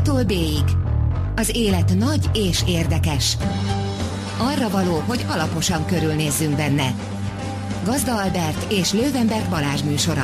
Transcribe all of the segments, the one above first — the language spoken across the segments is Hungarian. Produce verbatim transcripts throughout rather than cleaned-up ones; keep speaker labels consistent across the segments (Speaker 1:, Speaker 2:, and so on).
Speaker 1: A-tól B-ig. Az élet nagy és érdekes. Arra való, hogy alaposan körülnézzünk benne. Gazda Albert és Löwenberg Balázs műsora.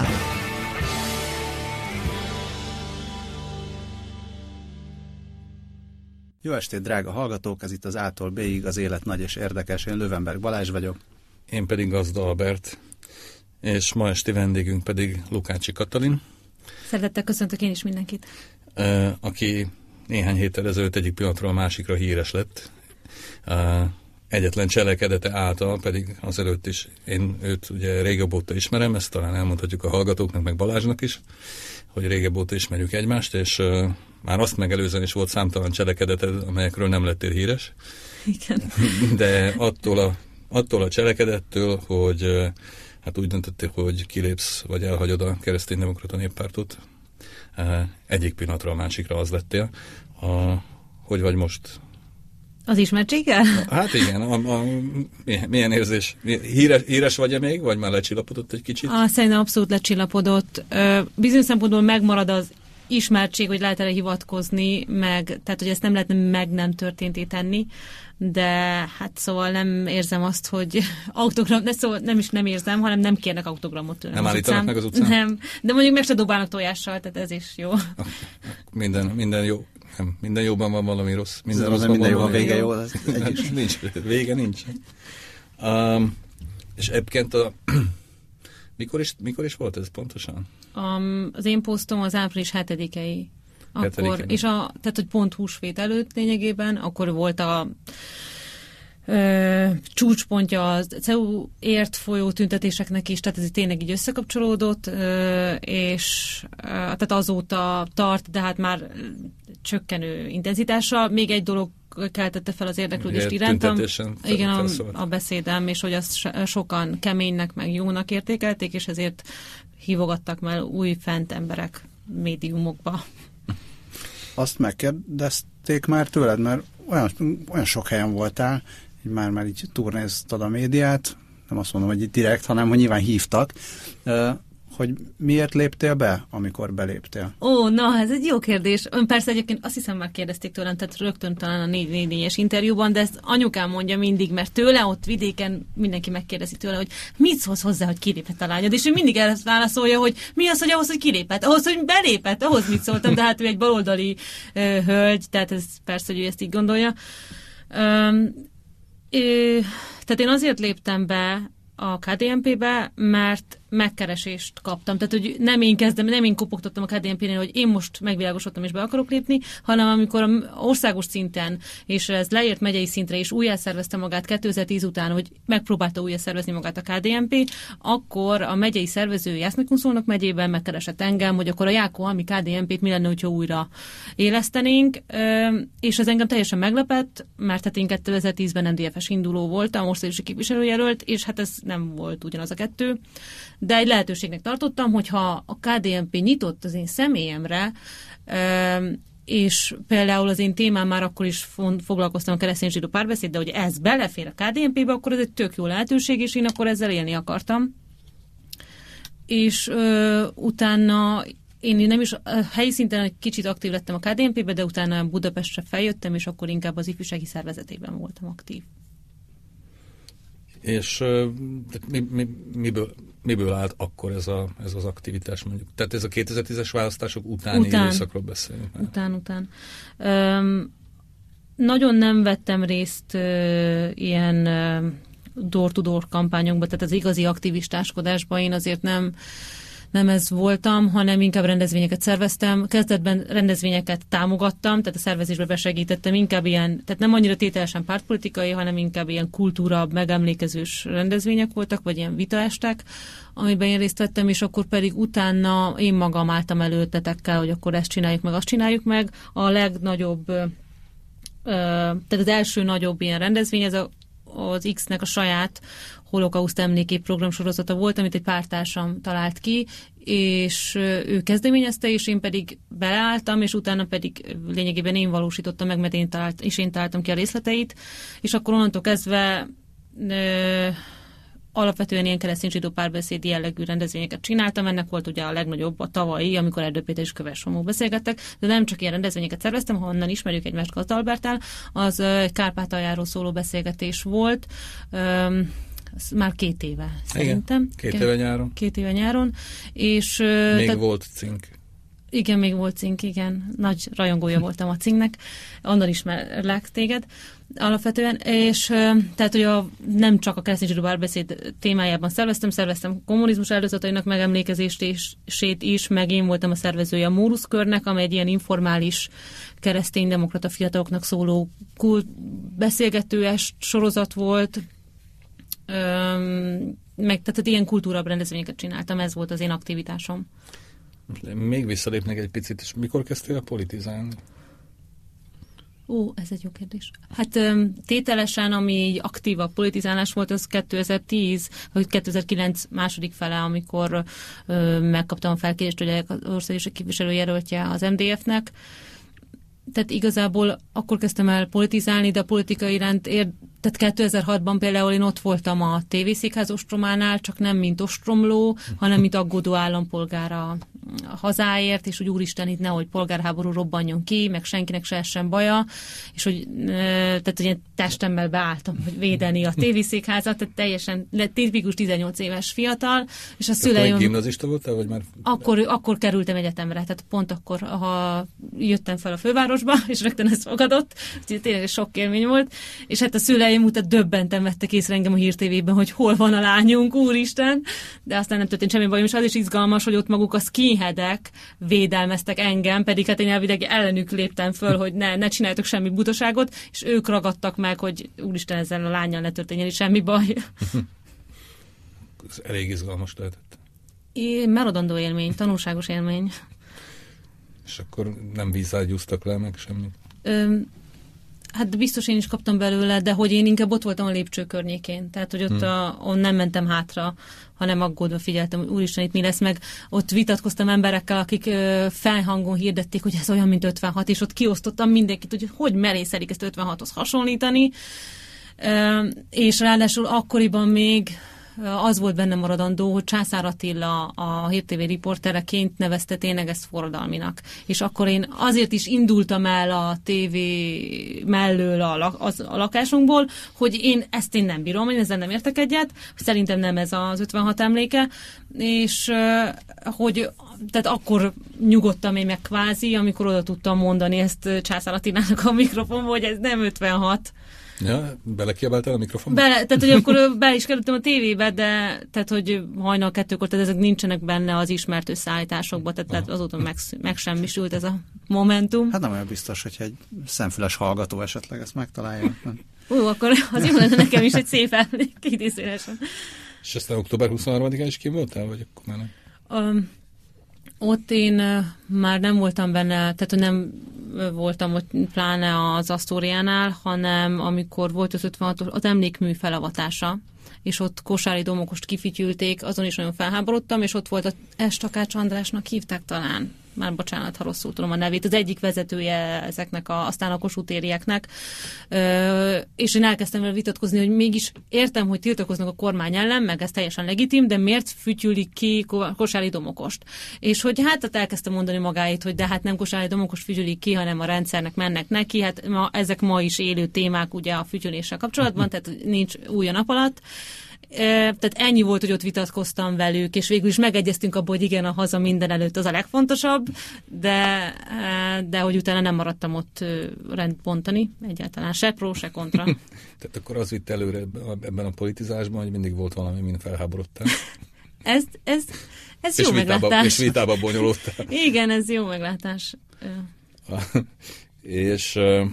Speaker 2: Jó estét, drága hallgatók! Ez itt az A-tól B-ig, az élet nagy és érdekes. Én Löwenberg Balázs vagyok.
Speaker 3: Én pedig Gazda Albert. És ma esti vendégünk pedig Lukácsi Katalin.
Speaker 4: Szeretettel köszöntök én is mindenkit.
Speaker 3: Uh, aki néhány héttel ezelőtt egyik pillanatról a másikra híres lett. Uh, egyetlen cselekedete által, pedig azelőtt is én őt ugye régebb óta ismerem, ezt talán elmondhatjuk a hallgatóknak, meg Balázsnak is, hogy régebb óta ismerjük egymást, és uh, már azt megelőzően is volt számtalan cselekedeted, amelyekről nem lettél híres.
Speaker 4: Igen.
Speaker 3: De attól a, attól a cselekedettől, hogy uh, hát úgy döntöttél, hogy kilépsz, vagy elhagyod a Kereszténydemokrata Néppártot. Egyik pillanatra a másikra az lettél. A, hogy vagy most?
Speaker 4: Az ismertséggel?
Speaker 3: Hát igen. A, a, milyen érzés? Híres, híres vagy-e még, vagy már lecsillapodott egy kicsit?
Speaker 4: A, szerintem abszolút lecsillapodott. Bizonyos szempontból megmarad az ismertség, hogy lehet erre hivatkozni, meg, tehát hogy ezt nem lehetne meg nem történté tenni, de hát szóval nem érzem azt, hogy autogram, de szóval nem is nem érzem, hanem nem kérnek autogramot tőlem.
Speaker 3: Nem állítanak meg az utcán?
Speaker 4: Nem, de mondjuk meg se dobálnak tojással, tehát ez is jó.
Speaker 3: Minden, minden jó. Nem, minden jóban van valami rossz.
Speaker 2: Minden rossz, minden jó, a vége jó. jó.
Speaker 3: nincs, vége nincs. Um, és egyébként a... mikor, is, mikor is volt ez pontosan?
Speaker 4: Um, az én posztom az április hetedikei. Akkor, és a, tehát, hogy pont húsvét előtt lényegében, akkor volt a ö, csúcspontja a cé e u-ért folyó tüntetéseknek is, tehát ez tényleg így összekapcsolódott, ö, és ö, tehát azóta tart, de hát már csökkenő intenzitással. Még egy dolog keltette fel az érdeklődést irántam. Igen, a, a beszédem, és hogy azt sokan keménynek, meg jónak értékelték, és ezért hívogattak már új fent emberek médiumokba.
Speaker 2: Azt megkérdezték már tőled, mert olyan, olyan sok helyen voltál, hogy már, már így turnéztad a médiát, nem azt mondom, hogy itt direkt, hanem hogy nyilván hívtak, hogy miért léptél be, amikor beléptél?
Speaker 4: Ó, na, ez egy jó kérdés. Persze egyébként azt hiszem már kérdezték tőlem, tehát rögtön talán a négy négy négyes interjúban, de ezt anyukám mondja mindig, mert tőle ott vidéken mindenki megkérdezi tőle, hogy mit szólsz hozzá, hogy kilépett a lányod, és ő mindig ezt válaszolja, hogy mi az, hogy ahhoz, hogy kilépett, ahhoz, hogy belépett, ahhoz mit szóltam, de hát ő egy baloldali ö, hölgy, tehát ez persze, hogy ő ezt így gondolja. Ö, ö, tehát én azért léptem be a ká dé en pé-be, mert megkeresést kaptam. Tehát, hogy nem én kezdem, nem én kopogtattam a ká dé en pé-nél, hogy én most megvilágosodtam és be akarok lépni, hanem amikor országos szinten, és ez leért megyei szintre, és újjá szervezte magát kétezer-tíz után, hogy megpróbálta újjá szervezni magát a ká dé en pé, akkor a megyei szervező Jászmai-Kunszolnok megyében megkeresett engem, hogy akkor a Jákó-Almi ká dé en pét mi lenne, hogyha újra élesztenénk, és ez engem teljesen meglepett, mert hát én kétezer-tízben em dé ef-es induló voltam, országosi képviselőjelölt, és hát ez nem volt ugyanaz a kettő. De egy lehetőségnek tartottam, hogyha a ká dé en pé nyitott az én személyemre, és például az én témám már akkor is foglalkoztam a keresztény-zsidó párbeszéd, de hogy ez belefér a ká dé en pé-be, akkor ez egy tök jó lehetőség, és én akkor ezzel élni akartam. És ö, utána én nem is helyi szinten egy kicsit aktív lettem a ká dé en pé-be, de utána Budapestre feljöttem, és akkor inkább az ifjúsági szervezetében voltam aktív.
Speaker 3: És uh, mi, mi, miből, miből állt akkor ez, a, ez az aktivitás mondjuk? Tehát ez a kétezer-tízes választások utáni után, időszakról beszélünk.
Speaker 4: Után, után. Um, nagyon nem vettem részt uh, ilyen uh, door-to-door kampányokban, tehát az igazi aktivistáskodásban én azért nem nem ez voltam, hanem inkább rendezvényeket szerveztem. Kezdetben rendezvényeket támogattam, tehát a szervezésbe besegítettem, inkább ilyen, tehát nem annyira tételesen pártpolitikai, hanem inkább ilyen kultúra, megemlékezős rendezvények voltak, vagy ilyen vitaestek, amiben én részt vettem, és akkor pedig utána én magam álltam elő ötletekkel, hogy akkor ezt csináljuk meg, azt csináljuk meg. A legnagyobb, tehát az első nagyobb ilyen rendezvény, ez a az X-nek a saját holokauszt emléki programsorozata volt, amit egy pártársam talált ki, és ő kezdeményezte, és én pedig beleálltam, és utána pedig lényegében én valósítottam meg, mert én talált, és én találtam ki a részleteit, és akkor onnantól kezdve ö, alapvetően ilyen keresztény zsidó párbeszéd jellegű rendezvényeket csináltam. Ennek volt ugye a legnagyobb a tavalyi, amikor Erdő Péter és Köves Somó beszélgettek, de nem csak ilyen rendezvényeket szerveztem, ha onnan ismerjük egymást Gazda Alberttel, az egy Kárpátaljáról szóló beszélgetés volt, már két éve szerintem.
Speaker 3: Igen, két éve nyáron.
Speaker 4: Két éve nyáron. És,
Speaker 3: még
Speaker 4: te,
Speaker 3: volt cink.
Speaker 4: Igen, még volt cink, igen. Nagy rajongója voltam a cinknek. Onnan ismerlek téged alapvetően. És tehát, hogy a, nem csak a keresztény zsidó párbeszéd témájában szerveztem, szerveztem kommunizmus áldozatainak megemlékezését is, meg én voltam a szervezője a Mórusz körnek, amely egy ilyen informális kereszténydemokrata fiataloknak szóló kult beszélgetőes sorozat volt. Öm, meg tehát ilyen kultúrabrendezvényeket csináltam, ez volt az én aktivitásom.
Speaker 3: Még visszalépnek egy picit, és mikor kezdtél politizálni?
Speaker 4: Ó, ez egy jó kérdés. Hát tételesen, ami így aktívabb politizálás volt, az kétezer-tíz, vagy kétezer-kilenc második fele, amikor ö, megkaptam a felkérést, hogy az országos képviselőjelöltje az em dé ef-nek. Tehát igazából akkor kezdtem el politizálni, de a politika iránt ér... Tehát kétezer-hatban például én ott voltam a tévészékház ostrománál, csak nem mint ostromló, hanem mint aggódó állampolgár a hazáért, és hogy úristen, itt nehogy polgárháború robbanjon ki, meg senkinek se essen baja, és hogy, tehát, hogy én testemmel beálltam, hogy védeni a tévészékházat, tehát teljesen tipikus tizennyolc éves fiatal, és a szüleim...
Speaker 3: Akkor gimnazista voltál, vagy már...
Speaker 4: Akkor, akkor kerültem egyetemre, tehát pont akkor, ha jöttem fel a fővárosba, és rögtön ez fogadott, tényleg sok élmény volt, és hát a szüleim utána döbbenten vettek észre engem a Hír té vében, hogy hol van a lányunk, úristen, de aztán nem történt semmi bajom, és az is izgalmas, hogy ott maguk a skinheadek védelmeztek engem, pedig hát én elvileg ellenük léptem föl, hogy ne, ne csináljatok semmi butaságot, és ők ragadtak meg, hogy úristen, ezzel a lánnyal ne történjen semmi baj.
Speaker 3: Ez elég izgalmas lehetett.
Speaker 4: É, merodandó élmény, tanulságos élmény.
Speaker 3: És akkor nem vízágyúztak le meg semmit?
Speaker 4: Öm, Hát biztos én is kaptam belőle, de hogy én inkább ott voltam a lépcső környékén. Tehát, hogy ott hmm. a, on nem mentem hátra, hanem aggódva figyeltem, hogy úristen, itt mi lesz meg. Ott vitatkoztam emberekkel, akik ö, felhangon hirdették, hogy ez olyan, mint ötvenhat, és ott kiosztottam mindenkit, hogy hogy merészelik ezt ötvenhathoz hasonlítani. Ö, és ráadásul akkoriban még az volt bennem maradandó, hogy Császár Attila a Hír té vé riportereként nevezte tényleg ezt forradalminak. És akkor én azért is indultam el a tévé mellől a, az, a lakásunkból, hogy én ezt én nem bírom, én ezzel nem értek egyet, szerintem nem ez az ötvenhat emléke, és hogy tehát akkor nyugodtam én meg kvázi, amikor oda tudtam mondani ezt Császár Attilának a mikrofonba, hogy ez nem ötvenhat.
Speaker 3: Ja, belekiabáltál a mikrofonba?
Speaker 4: Bele, tehát, hogy akkor be is kerültem a tévébe, de tehát, hogy hajnal kettőkor, tehát ezek nincsenek benne az ismert összeállításokban, tehát, tehát azóta meg, megsemmisült ez a momentum.
Speaker 2: Hát nem olyan biztos, hogyha egy szemfüles hallgató esetleg ezt megtalálja.
Speaker 4: Ú, akkor az jó lenne nekem is egy szép emlék, idézőjelesen.
Speaker 3: És aztán október huszonharmadikán is kim voltál, vagy akkor már nem?
Speaker 4: Um, ott én uh, már nem voltam benne, tehát hogy nem voltam ott pláne az Asztóriánál, hanem amikor volt az ötvenhatos, az emlékmű felavatása, és ott Kossuth Domokost kifityülték, azon is nagyon felháborodtam, és ott volt a S. Takács Andrásnak hívták talán, már bocsánat, ha rosszul tudom a nevét, az egyik vezetője ezeknek a, aztán a kossuth-térieknek, Ö, és én elkezdtem vele vitatkozni, hogy mégis értem, hogy tiltakoznak a kormány ellen, meg ez teljesen legitim, de miért fütyülik ki Kossuth Domokost? És hogy hát elkezdtem mondani magáit, hogy de hát nem Kossuth Domokost fütyülik ki, hanem a rendszernek mennek neki, hát ma, ezek ma is élő témák ugye a fütyüléssel kapcsolatban, tehát nincs új a nap alatt. Tehát ennyi volt, hogy ott vitatkoztam velük, és végül is megegyeztünk abból, hogy igen, a haza minden előtt az a legfontosabb, de, de hogy utána nem maradtam ott rendbontani, egyáltalán se pró, se kontra.
Speaker 3: Tehát akkor az vitt előre ebben a politizásban, hogy mindig volt valami, mint felháborodtál.
Speaker 4: ez, ez, ez jó
Speaker 3: és
Speaker 4: meglátás.
Speaker 3: Vitába, és vitába bonyolultál.
Speaker 4: Igen, ez jó meglátás.
Speaker 3: és uh,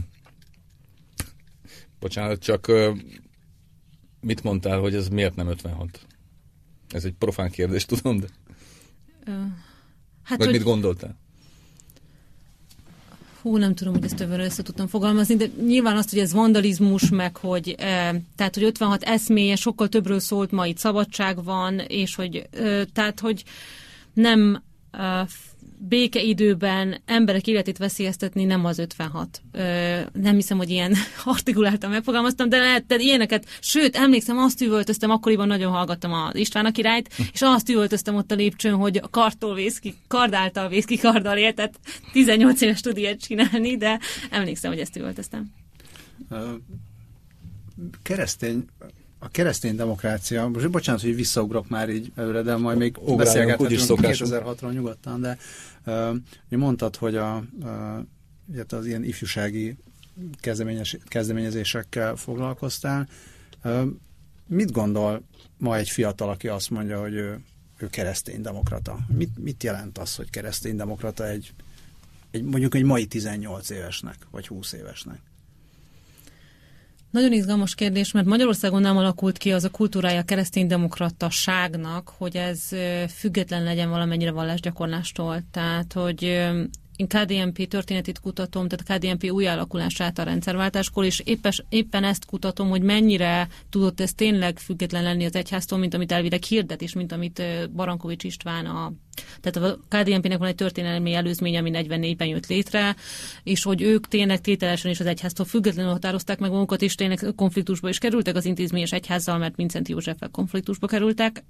Speaker 3: bocsánat, csak uh, mit mondtál, hogy ez miért nem ötvenhat? Ez egy profán kérdés, tudom, de... Uh, hát, Vagy hogy... mit gondoltál?
Speaker 4: Hú, nem tudom, hogy ezt többről össze tudtam fogalmazni, de nyilván azt, hogy ez vandalizmus, meg hogy, e, tehát, hogy ötvenhat eszméje sokkal többről szólt, ma itt szabadság van, és hogy, e, tehát, hogy nem... E, békeidőben emberek életét veszélyeztetni nem az ötvenhat. Ö, nem hiszem, hogy ilyen artikuláltan megfogalmaztam, de lehet, de ilyeneket, sőt, emlékszem, azt üvöltöztem, akkoriban nagyon hallgattam az István a királyt, és azt üvöltöztem ott a lépcsőn, hogy a kartól vész ki, kard által vész ki, karddal él, tehát tizennyolc éves tud ilyet csinálni, de emlékszem, hogy ezt üvöltöztem.
Speaker 2: Keresztény A keresztény demokrácia, most bocsánat, hogy visszaugrok már így előre, de majd még
Speaker 3: Ugrálunk,
Speaker 2: beszélgethetünk kétezer-hatról nyugodtan, de uh, mondtad, hogy a, uh, az ilyen ifjúsági kezdeményez, kezdeményezésekkel foglalkoztál. Uh, mit gondol ma egy fiatal, aki azt mondja, hogy ő, ő keresztény demokrata? Mit, mit jelent az, hogy keresztény demokrata egy, egy mondjuk egy mai tizennyolc évesnek, vagy húsz évesnek?
Speaker 4: Nagyon izgalmas kérdés, mert Magyarországon nem alakult ki az a kultúrája kereszténydemokrataságnak, hogy ez független legyen valamennyire vallásgyakorlástól. Tehát, hogy én ká dé en pé történetét kutatom, tehát a ká dé en pé új alakulását a rendszerváltáskor, és éppes, éppen ezt kutatom, hogy mennyire tudott ez tényleg független lenni az egyháztól, mint amit elvileg hirdet, és mint amit Barankovics István, a, tehát a ká dé en pének van egy történelmi előzménye, ami negyvennégyben jött létre, és hogy ők tényleg tételesen is az egyháztól függetlenül határozták meg magukat, és tényleg konfliktusba is kerültek az intézményes egyházzal, mert Mindszenty Józseffel konfliktusba kerültek,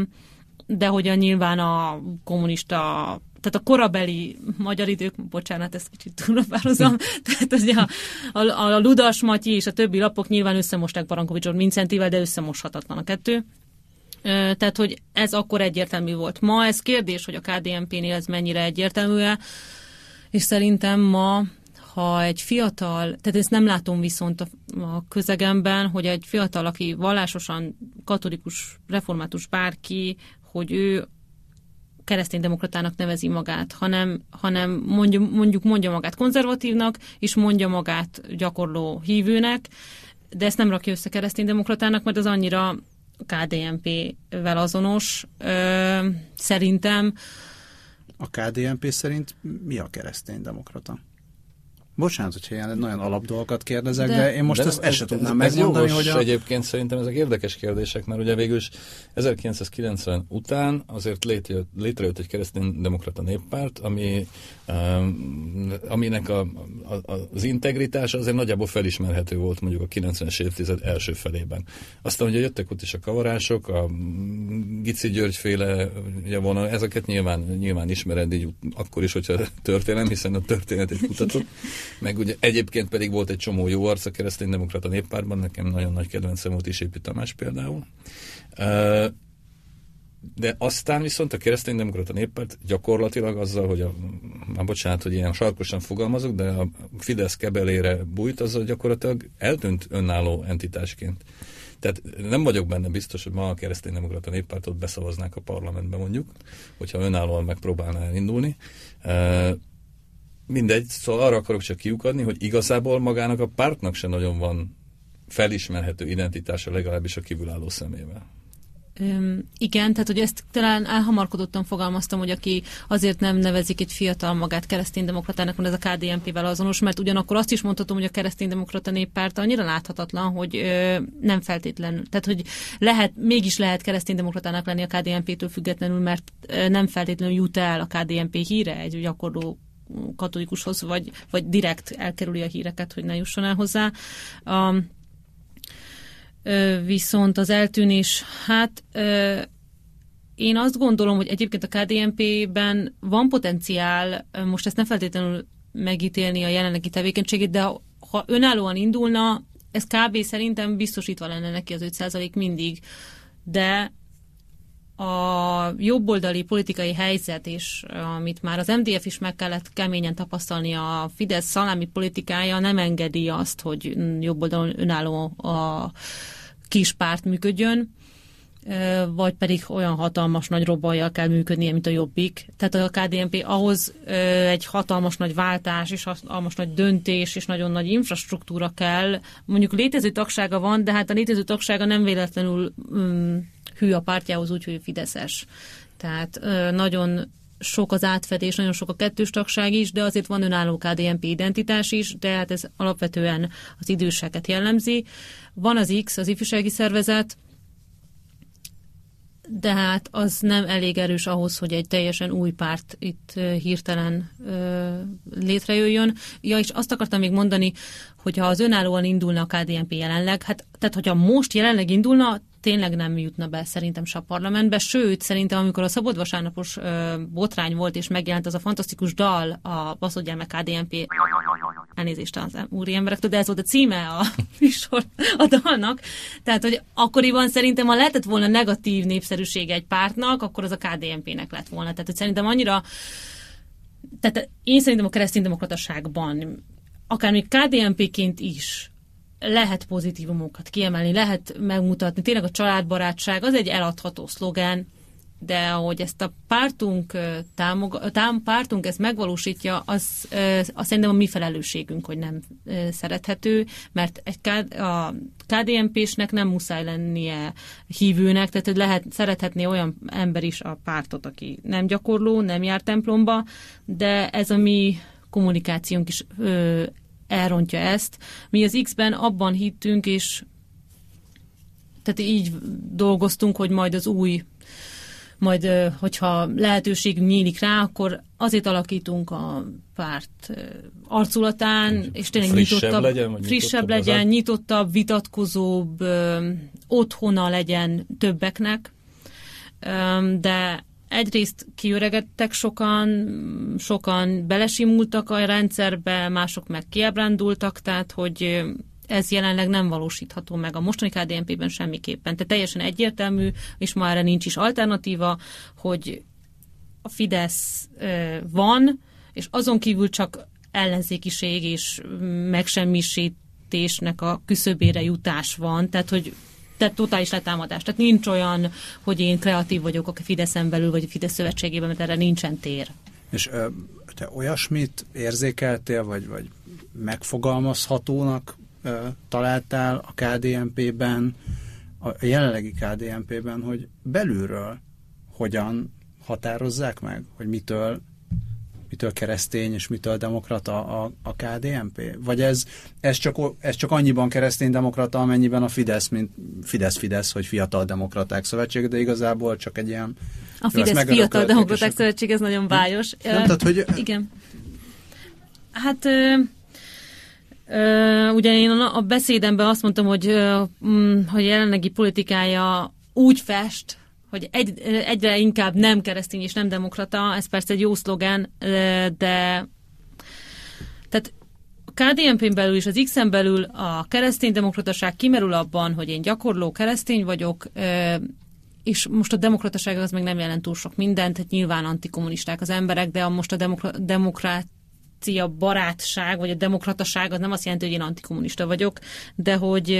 Speaker 4: de hogyan nyilván a kommunista, tehát a korabeli magyar idők, bocsánat, ezt kicsit túlapározom, tehát az a, a, a Ludas Matyi és a többi lapok nyilván összemosták Barankovicsot Mindszentyvel, de összemoshatatlan a kettő. Tehát, hogy ez akkor egyértelmű volt. Ma ez kérdés, hogy a ká dé en pénél ez mennyire egyértelmű-e, és szerintem ma, ha egy fiatal, tehát ezt nem látom viszont a, a közegemben, hogy egy fiatal, aki vallásosan katolikus, református bárki, hogy ő kereszténydemokratának nevezi magát, hanem, hanem mondjuk, mondjuk mondja magát konzervatívnak, és mondja magát gyakorló hívőnek, de ezt nem rakja össze kereszténydemokratának, mert az annyira ká dé en pével azonos. Ö, szerintem...
Speaker 2: A ká dé en pé szerint mi a kereszténydemokrata? Bocsánat, hogyha ilyen nagyon alapdolgokat kérdezek, de, de én most de ezt, ezt se tudnám ez, megmondani,
Speaker 3: ez
Speaker 2: hogy a...
Speaker 3: Egyébként szerintem ezek érdekes kérdések, mert ugye végül is ezerkilencszázkilencven után azért létrejött, létrejött egy kereszténydemokrata néppárt, ami, um, aminek a, a, az integritása azért nagyjából felismerhető volt mondjuk a kilencvenes évtized első felében. Aztán ugye jöttek ott is a kavarások, a Gici György féle ugye vonal, ezeket nyilván, nyilván ismered így akkor is, hogyha történelem, hiszen a történetét kutatod. Meg ugye egyébként pedig volt egy csomó jó arc a kereszténydemokrata néppártban, nekem nagyon nagy kedvencem volt Isépi Tamás például. De aztán viszont a kereszténydemokrata néppárt gyakorlatilag azzal, hogy a, már bocsánat, hogy ilyen sarkosan fogalmazok, de a Fidesz kebelére bújt, azzal gyakorlatilag eltűnt önálló entitásként. Tehát nem vagyok benne biztos, hogy ma a kereszténydemokrata néppártot beszavaznák a parlamentbe mondjuk, hogyha önállóan megpróbálná elindulni. Mindegy, szóval arra akarok csak kiukadni, hogy igazából magának a pártnak se nagyon van felismerhető identitása, legalábbis a kívülálló szemével.
Speaker 4: Üm, igen, tehát hogy ezt talán elhamarkodottan fogalmaztam, hogy aki azért nem nevezik egy fiatal magát kereszténydemokratának, mert ez a ká dé en pével azonos, mert ugyanakkor azt is mondhatom, hogy a kereszténydemokrata néppárt annyira láthatatlan, hogy ö, nem feltétlenül, tehát hogy lehet, mégis lehet kereszténydemokratának lenni a ká dé en pétől függetlenül, mert ö, nem feltétlenül jut el a ká dé en pé híre egy gyakorló katolikushoz, vagy, vagy direkt elkerüli a híreket, hogy ne jusson el hozzá. Um, ö, viszont az eltűnés, hát ö, én azt gondolom, hogy egyébként a ká dé en pében van potenciál, most ezt nem feltétlenül megítélni a jelenlegi tevékenységét, de ha önállóan indulna, ez kb. Szerintem biztosítva lenne neki az öt százalék mindig, de a jobboldali politikai helyzet, és amit már az em dé ef is meg kellett keményen tapasztalni, a Fidesz szalámi politikája nem engedi azt, hogy jobboldalon önálló a kis párt működjön, vagy pedig olyan hatalmas nagy robbanjal kell működnie, mint a Jobbik. Tehát a ká dé en pé ahhoz egy hatalmas nagy váltás, és hatalmas nagy döntés, és nagyon nagy infrastruktúra kell. Mondjuk létező tagsága van, de hát a létező tagsága nem véletlenül um, hű a pártjához úgy, hogy fideszes. Tehát uh, nagyon sok az átfedés, nagyon sok a kettős tagság is, de azért van önálló ká dé en pé identitás is, de hát ez alapvetően az időseket jellemzi. Van az X, az ifjúsági szervezet, de hát az nem elég erős ahhoz, hogy egy teljesen új párt itt hirtelen ö, létrejöjjön. Ja, és azt akartam még mondani, hogyha az önállóan indulna a ká dé en pé jelenleg, hát tehát hogyha most jelenleg indulna, tényleg nem jutna be szerintem se a parlamentbe, sőt, szerintem amikor a szabadvasárnapos ö, botrány volt, és megjelent az a fantasztikus dal, a Baszott gyermek ká dé en pé, elnézést az úri emberektől, de ez volt a címe a műsor a dalnak, tehát, hogy akkoriban szerintem, ha lehetett volna negatív népszerűsége egy pártnak, akkor az a ká dé en pének lett volna. Tehát, hogy szerintem annyira, tehát én szerintem a kereszténydemokrataságban, akár még ká dé en péként is lehet pozitívumokat kiemelni, lehet megmutatni. Tényleg a családbarátság az egy eladható szlogán, de ahogy ezt a pártunk, támog, tám, pártunk ezt megvalósítja, az, az szerintem a mi felelősségünk, hogy nem szerethető, mert egy K, a ká dé en pésnek nem muszáj lennie hívőnek, tehát lehet, szerethetné olyan ember is a pártot, aki nem gyakorló, nem jár templomba, de ez a mi kommunikációnk is ö, elrontja ezt. Mi az X-ben abban hittünk, és tehát így dolgoztunk, hogy majd az új, majd hogyha lehetőségünk nyílik rá, akkor azért alakítunk a párt arculatán, és tényleg
Speaker 3: frissebb
Speaker 4: nyitottabb,
Speaker 3: legyen,
Speaker 4: frissebb legyen, legyen nyitottabb, vitatkozóbb, ö, otthona legyen többeknek, ö, de egyrészt kiöregedtek sokan, sokan belesimultak a rendszerbe, mások meg kiábrándultak, tehát hogy ez jelenleg nem valósítható meg a mostani ká dé en pében semmiképpen. Tehát teljesen egyértelmű, és ma erre nincs is alternatíva, hogy a Fidesz van, és azon kívül csak ellenzékiség és megsemmisítésnek a küszöbére jutás van, tehát hogy tehát totális letámadás. Tehát nincs olyan, hogy én kreatív vagyok a Fideszen belül, vagy a Fidesz szövetségében, mert erre nincsen tér.
Speaker 2: És ö, te olyasmit érzékeltél, vagy, vagy megfogalmazhatónak ö, találtál a ká dé en pében, a jelenlegi ká dé en pében, hogy belülről hogyan határozzák meg, hogy mitől mitől keresztény és mitől demokrata a, a ká dé en pé? Vagy ez, ez, csak, ez csak annyiban keresztény-demokrata, amennyiben a Fidesz, mint Fidesz-Fidesz, hogy Fiatal Demokraták Szövetség, de igazából csak egy ilyen...
Speaker 4: A Fidesz Fiatal Demokraták Szövetség, ez nagyon bájos.
Speaker 2: Nem, nem, tehát, hogy...
Speaker 4: Igen. Hát... Ö, ö, ugye én a, a beszédemben azt mondtam, hogy, ö, hogy jelenlegi politikája úgy fest, hogy egy, egyre inkább nem keresztény és nem demokrata, ez persze egy jó szlogán, de tehát a ká dé en pén belül és az X-en belül a kereszténydemokrataság kimerül abban, hogy én gyakorló keresztény vagyok, és most a demokrataság az meg nem jelent túl sok mindent, tehát nyilván antikommunisták az emberek, de a most a demokra- demokrácia barátság, vagy a demokrataság az nem azt jelenti, hogy én antikommunista vagyok, de hogy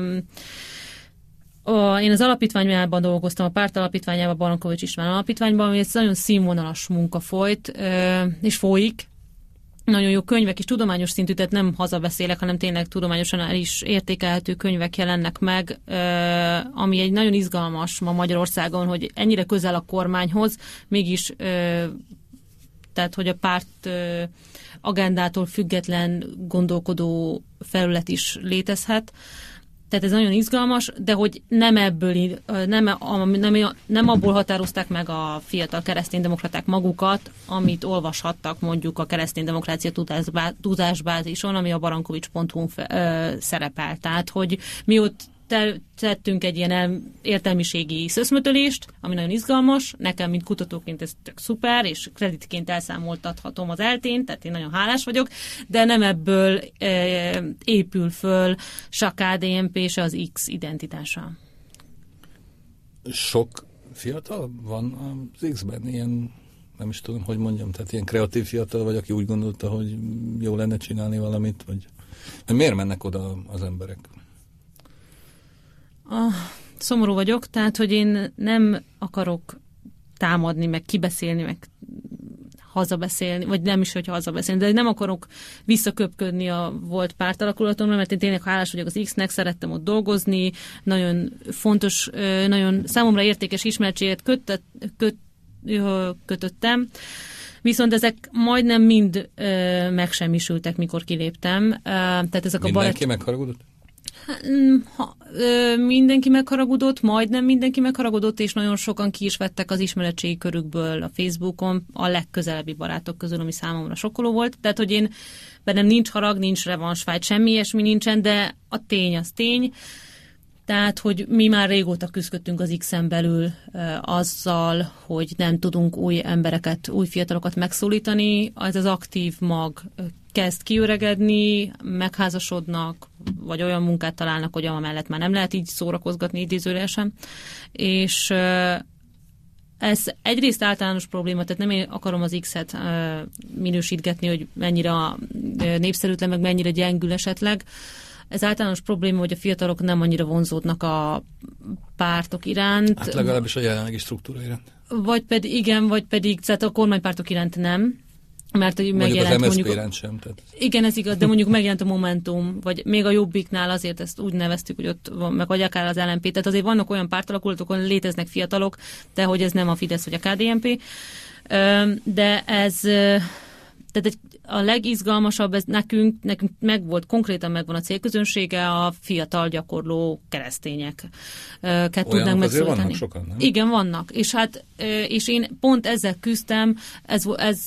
Speaker 4: A, én az alapítványában dolgoztam, a párt alapítványában, Barankovics István alapítványban, ami egy nagyon színvonalas munka folyt, és folyik. Nagyon jó könyvek is, tudományos szintű, tehát nem hazabeszélek, hanem tényleg tudományosan el is értékelhető könyvek jelennek meg, ami egy nagyon izgalmas ma Magyarországon, hogy ennyire közel a kormányhoz, mégis tehát, hogy a párt agendától független gondolkodó felület is létezhet. Tehát ez nagyon izgalmas, de hogy nem ebből, nem, nem, nem abból határozták meg a fiatal kereszténydemokraták magukat, amit olvashattak mondjuk a kereszténydemokrácia tudásbázison, ami a barankovics pont hu szerepel. Tehát, hogy mi ott tettünk egy ilyen értelmiségi szöszmötölést, ami nagyon izgalmas. Nekem, mint kutatóként ez tök szuper, és kreditként elszámoltathatom az eltén, tehát én nagyon hálás vagyok, de nem ebből e, épül föl se a ká dé en pé, se az X identitása.
Speaker 3: Sok fiatal van az X-ben, ilyen, nem is tudom, hogy mondjam, tehát ilyen kreatív fiatal vagy, aki úgy gondolta, hogy jó lenne csinálni valamit, vagy, vagy miért mennek oda az emberek?
Speaker 4: Ah, szomorú vagyok, tehát, hogy én nem akarok támadni, meg kibeszélni, meg hazabeszélni, vagy nem is, hogy hazabeszélni, de nem akarok visszaköpködni a volt pártalakulatomra, mert én tényleg hálás vagyok az X-nek, szerettem ott dolgozni, nagyon fontos, nagyon számomra értékes ismertséget kötött, köt, kötöttem, viszont ezek majdnem mind ö, megsemmisültek, mikor kiléptem. Uh, tehát ezek
Speaker 3: Mindenki
Speaker 4: a barát...
Speaker 3: megharagudott?
Speaker 4: Ha, ö, mindenki megharagudott, majdnem mindenki megharagudott, és nagyon sokan ki is vettek az ismeretségi körükből a Facebookon a legközelebbi barátok közül, ami számomra sokkoló volt. Tehát, hogy én bennem nincs harag, nincs revansvágy, semmi ilyesmi nincsen, de a tény az tény. Tehát, hogy mi már régóta küzdöttünk az X-en belül e, azzal, hogy nem tudunk új embereket, új fiatalokat megszólítani. Ez az aktív mag kezd kiöregedni, megházasodnak, vagy olyan munkát találnak, hogy amellett már nem lehet így szórakozgatni idézőjelesen. És e, ez egyrészt általános probléma, tehát nem én akarom az X-et e, minősítgetni, hogy mennyire népszerűtlen, meg mennyire gyengül esetleg. Ez általános probléma, hogy a fiatalok nem annyira vonzódnak a pártok iránt.
Speaker 3: Hát legalábbis a jelenlegi struktúra iránt.
Speaker 4: Vagy pedig, igen, vagy pedig, tehát a kormánypártok iránt nem. Mert hogy
Speaker 3: mondjuk
Speaker 4: megjelent,
Speaker 3: az em es zé pé
Speaker 4: mondjuk,
Speaker 3: iránt sem. Tehát.
Speaker 4: Igen, ez igaz, de mondjuk megjelent a Momentum, vagy még a Jobbiknál azért ezt úgy neveztük, hogy ott van, meg vagy akár az el em pé. Tehát azért vannak olyan pártalakulatok, léteznek fiatalok, de hogy ez nem a Fidesz vagy a ká dé en pé. De ez... Tehát egy, a legizgalmasabb, ez nekünk, nekünk megvolt, konkrétan megvan a célközönsége, a fiatal gyakorló keresztények. Olyanok tudnánk megszólítani.
Speaker 3: Vannak sokan, nem?
Speaker 4: Igen, vannak. És hát, és én pont ezzel küzdtem, ez, ez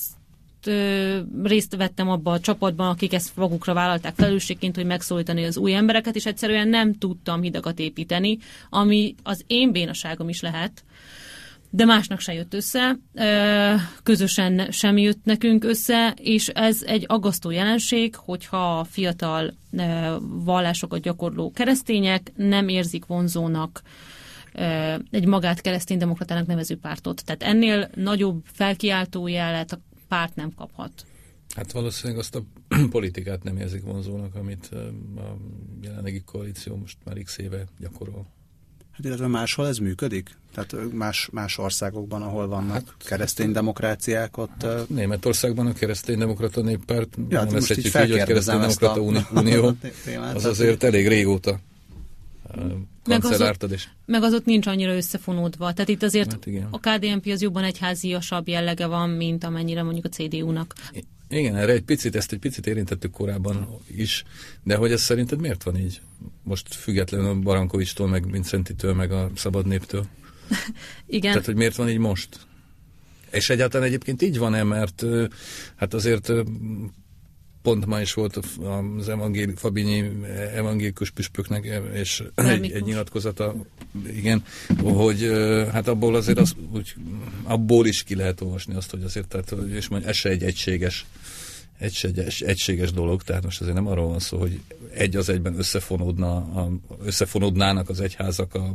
Speaker 4: részt vettem abban a csapatban, akik ezt magukra vállalták felelősségként, hogy megszólítani az új embereket, és egyszerűen nem tudtam hidakat építeni, ami az én bénaságom is lehet, de másnak se jött össze, közösen sem jött nekünk össze, és ez egy aggasztó jelenség, hogyha fiatal vallásokat gyakorló keresztények nem érzik vonzónak egy magát kereszténydemokratának nevező pártot. Tehát ennél nagyobb felkiáltó jelet a párt nem kaphat.
Speaker 3: Hát valószínűleg azt a politikát nem érzik vonzónak, amit a jelenlegi koalíció most már x éve gyakorol.
Speaker 2: Hát illetve máshol ez működik? Tehát más, más országokban, ahol vannak hát, keresztény demokráciák, ott...
Speaker 3: Hát, Németországban a kereszténydemokrata néppárt,
Speaker 2: ja,
Speaker 3: nem ezt így így, hogy kereszténydemokrata unió, az azért elég régóta kancellártad is.
Speaker 4: Meg az ott nincs annyira összefonódva. Tehát itt azért
Speaker 3: hát
Speaker 4: a ká dé en pé az jobban egyháziasabb jellege van, mint amennyire mondjuk a cé dé u-nak.
Speaker 3: Igen, erre egy picit, ezt egy picit érintettük korábban is, de hogy ez szerinted miért van így? Most függetlenül a Barankovicstól, meg Vincentitől, meg a Szabad Néptől.
Speaker 4: Igen.
Speaker 3: Tehát, hogy miért van így most? És egyáltalán egyébként így van-e, mert hát azért pont ma is volt az evangél, Fabinyi evangélikus püspöknek és egy, egy nyilatkozata, igen, hogy hát abból azért az, úgy, abból is ki lehet olvasni azt, hogy azért, tehát, és mondjuk ez se egy egységes, egységes, egységes dolog, tehát most azért nem arról van szó, hogy egy az egyben összefonódna, a, összefonódnának az egyházak a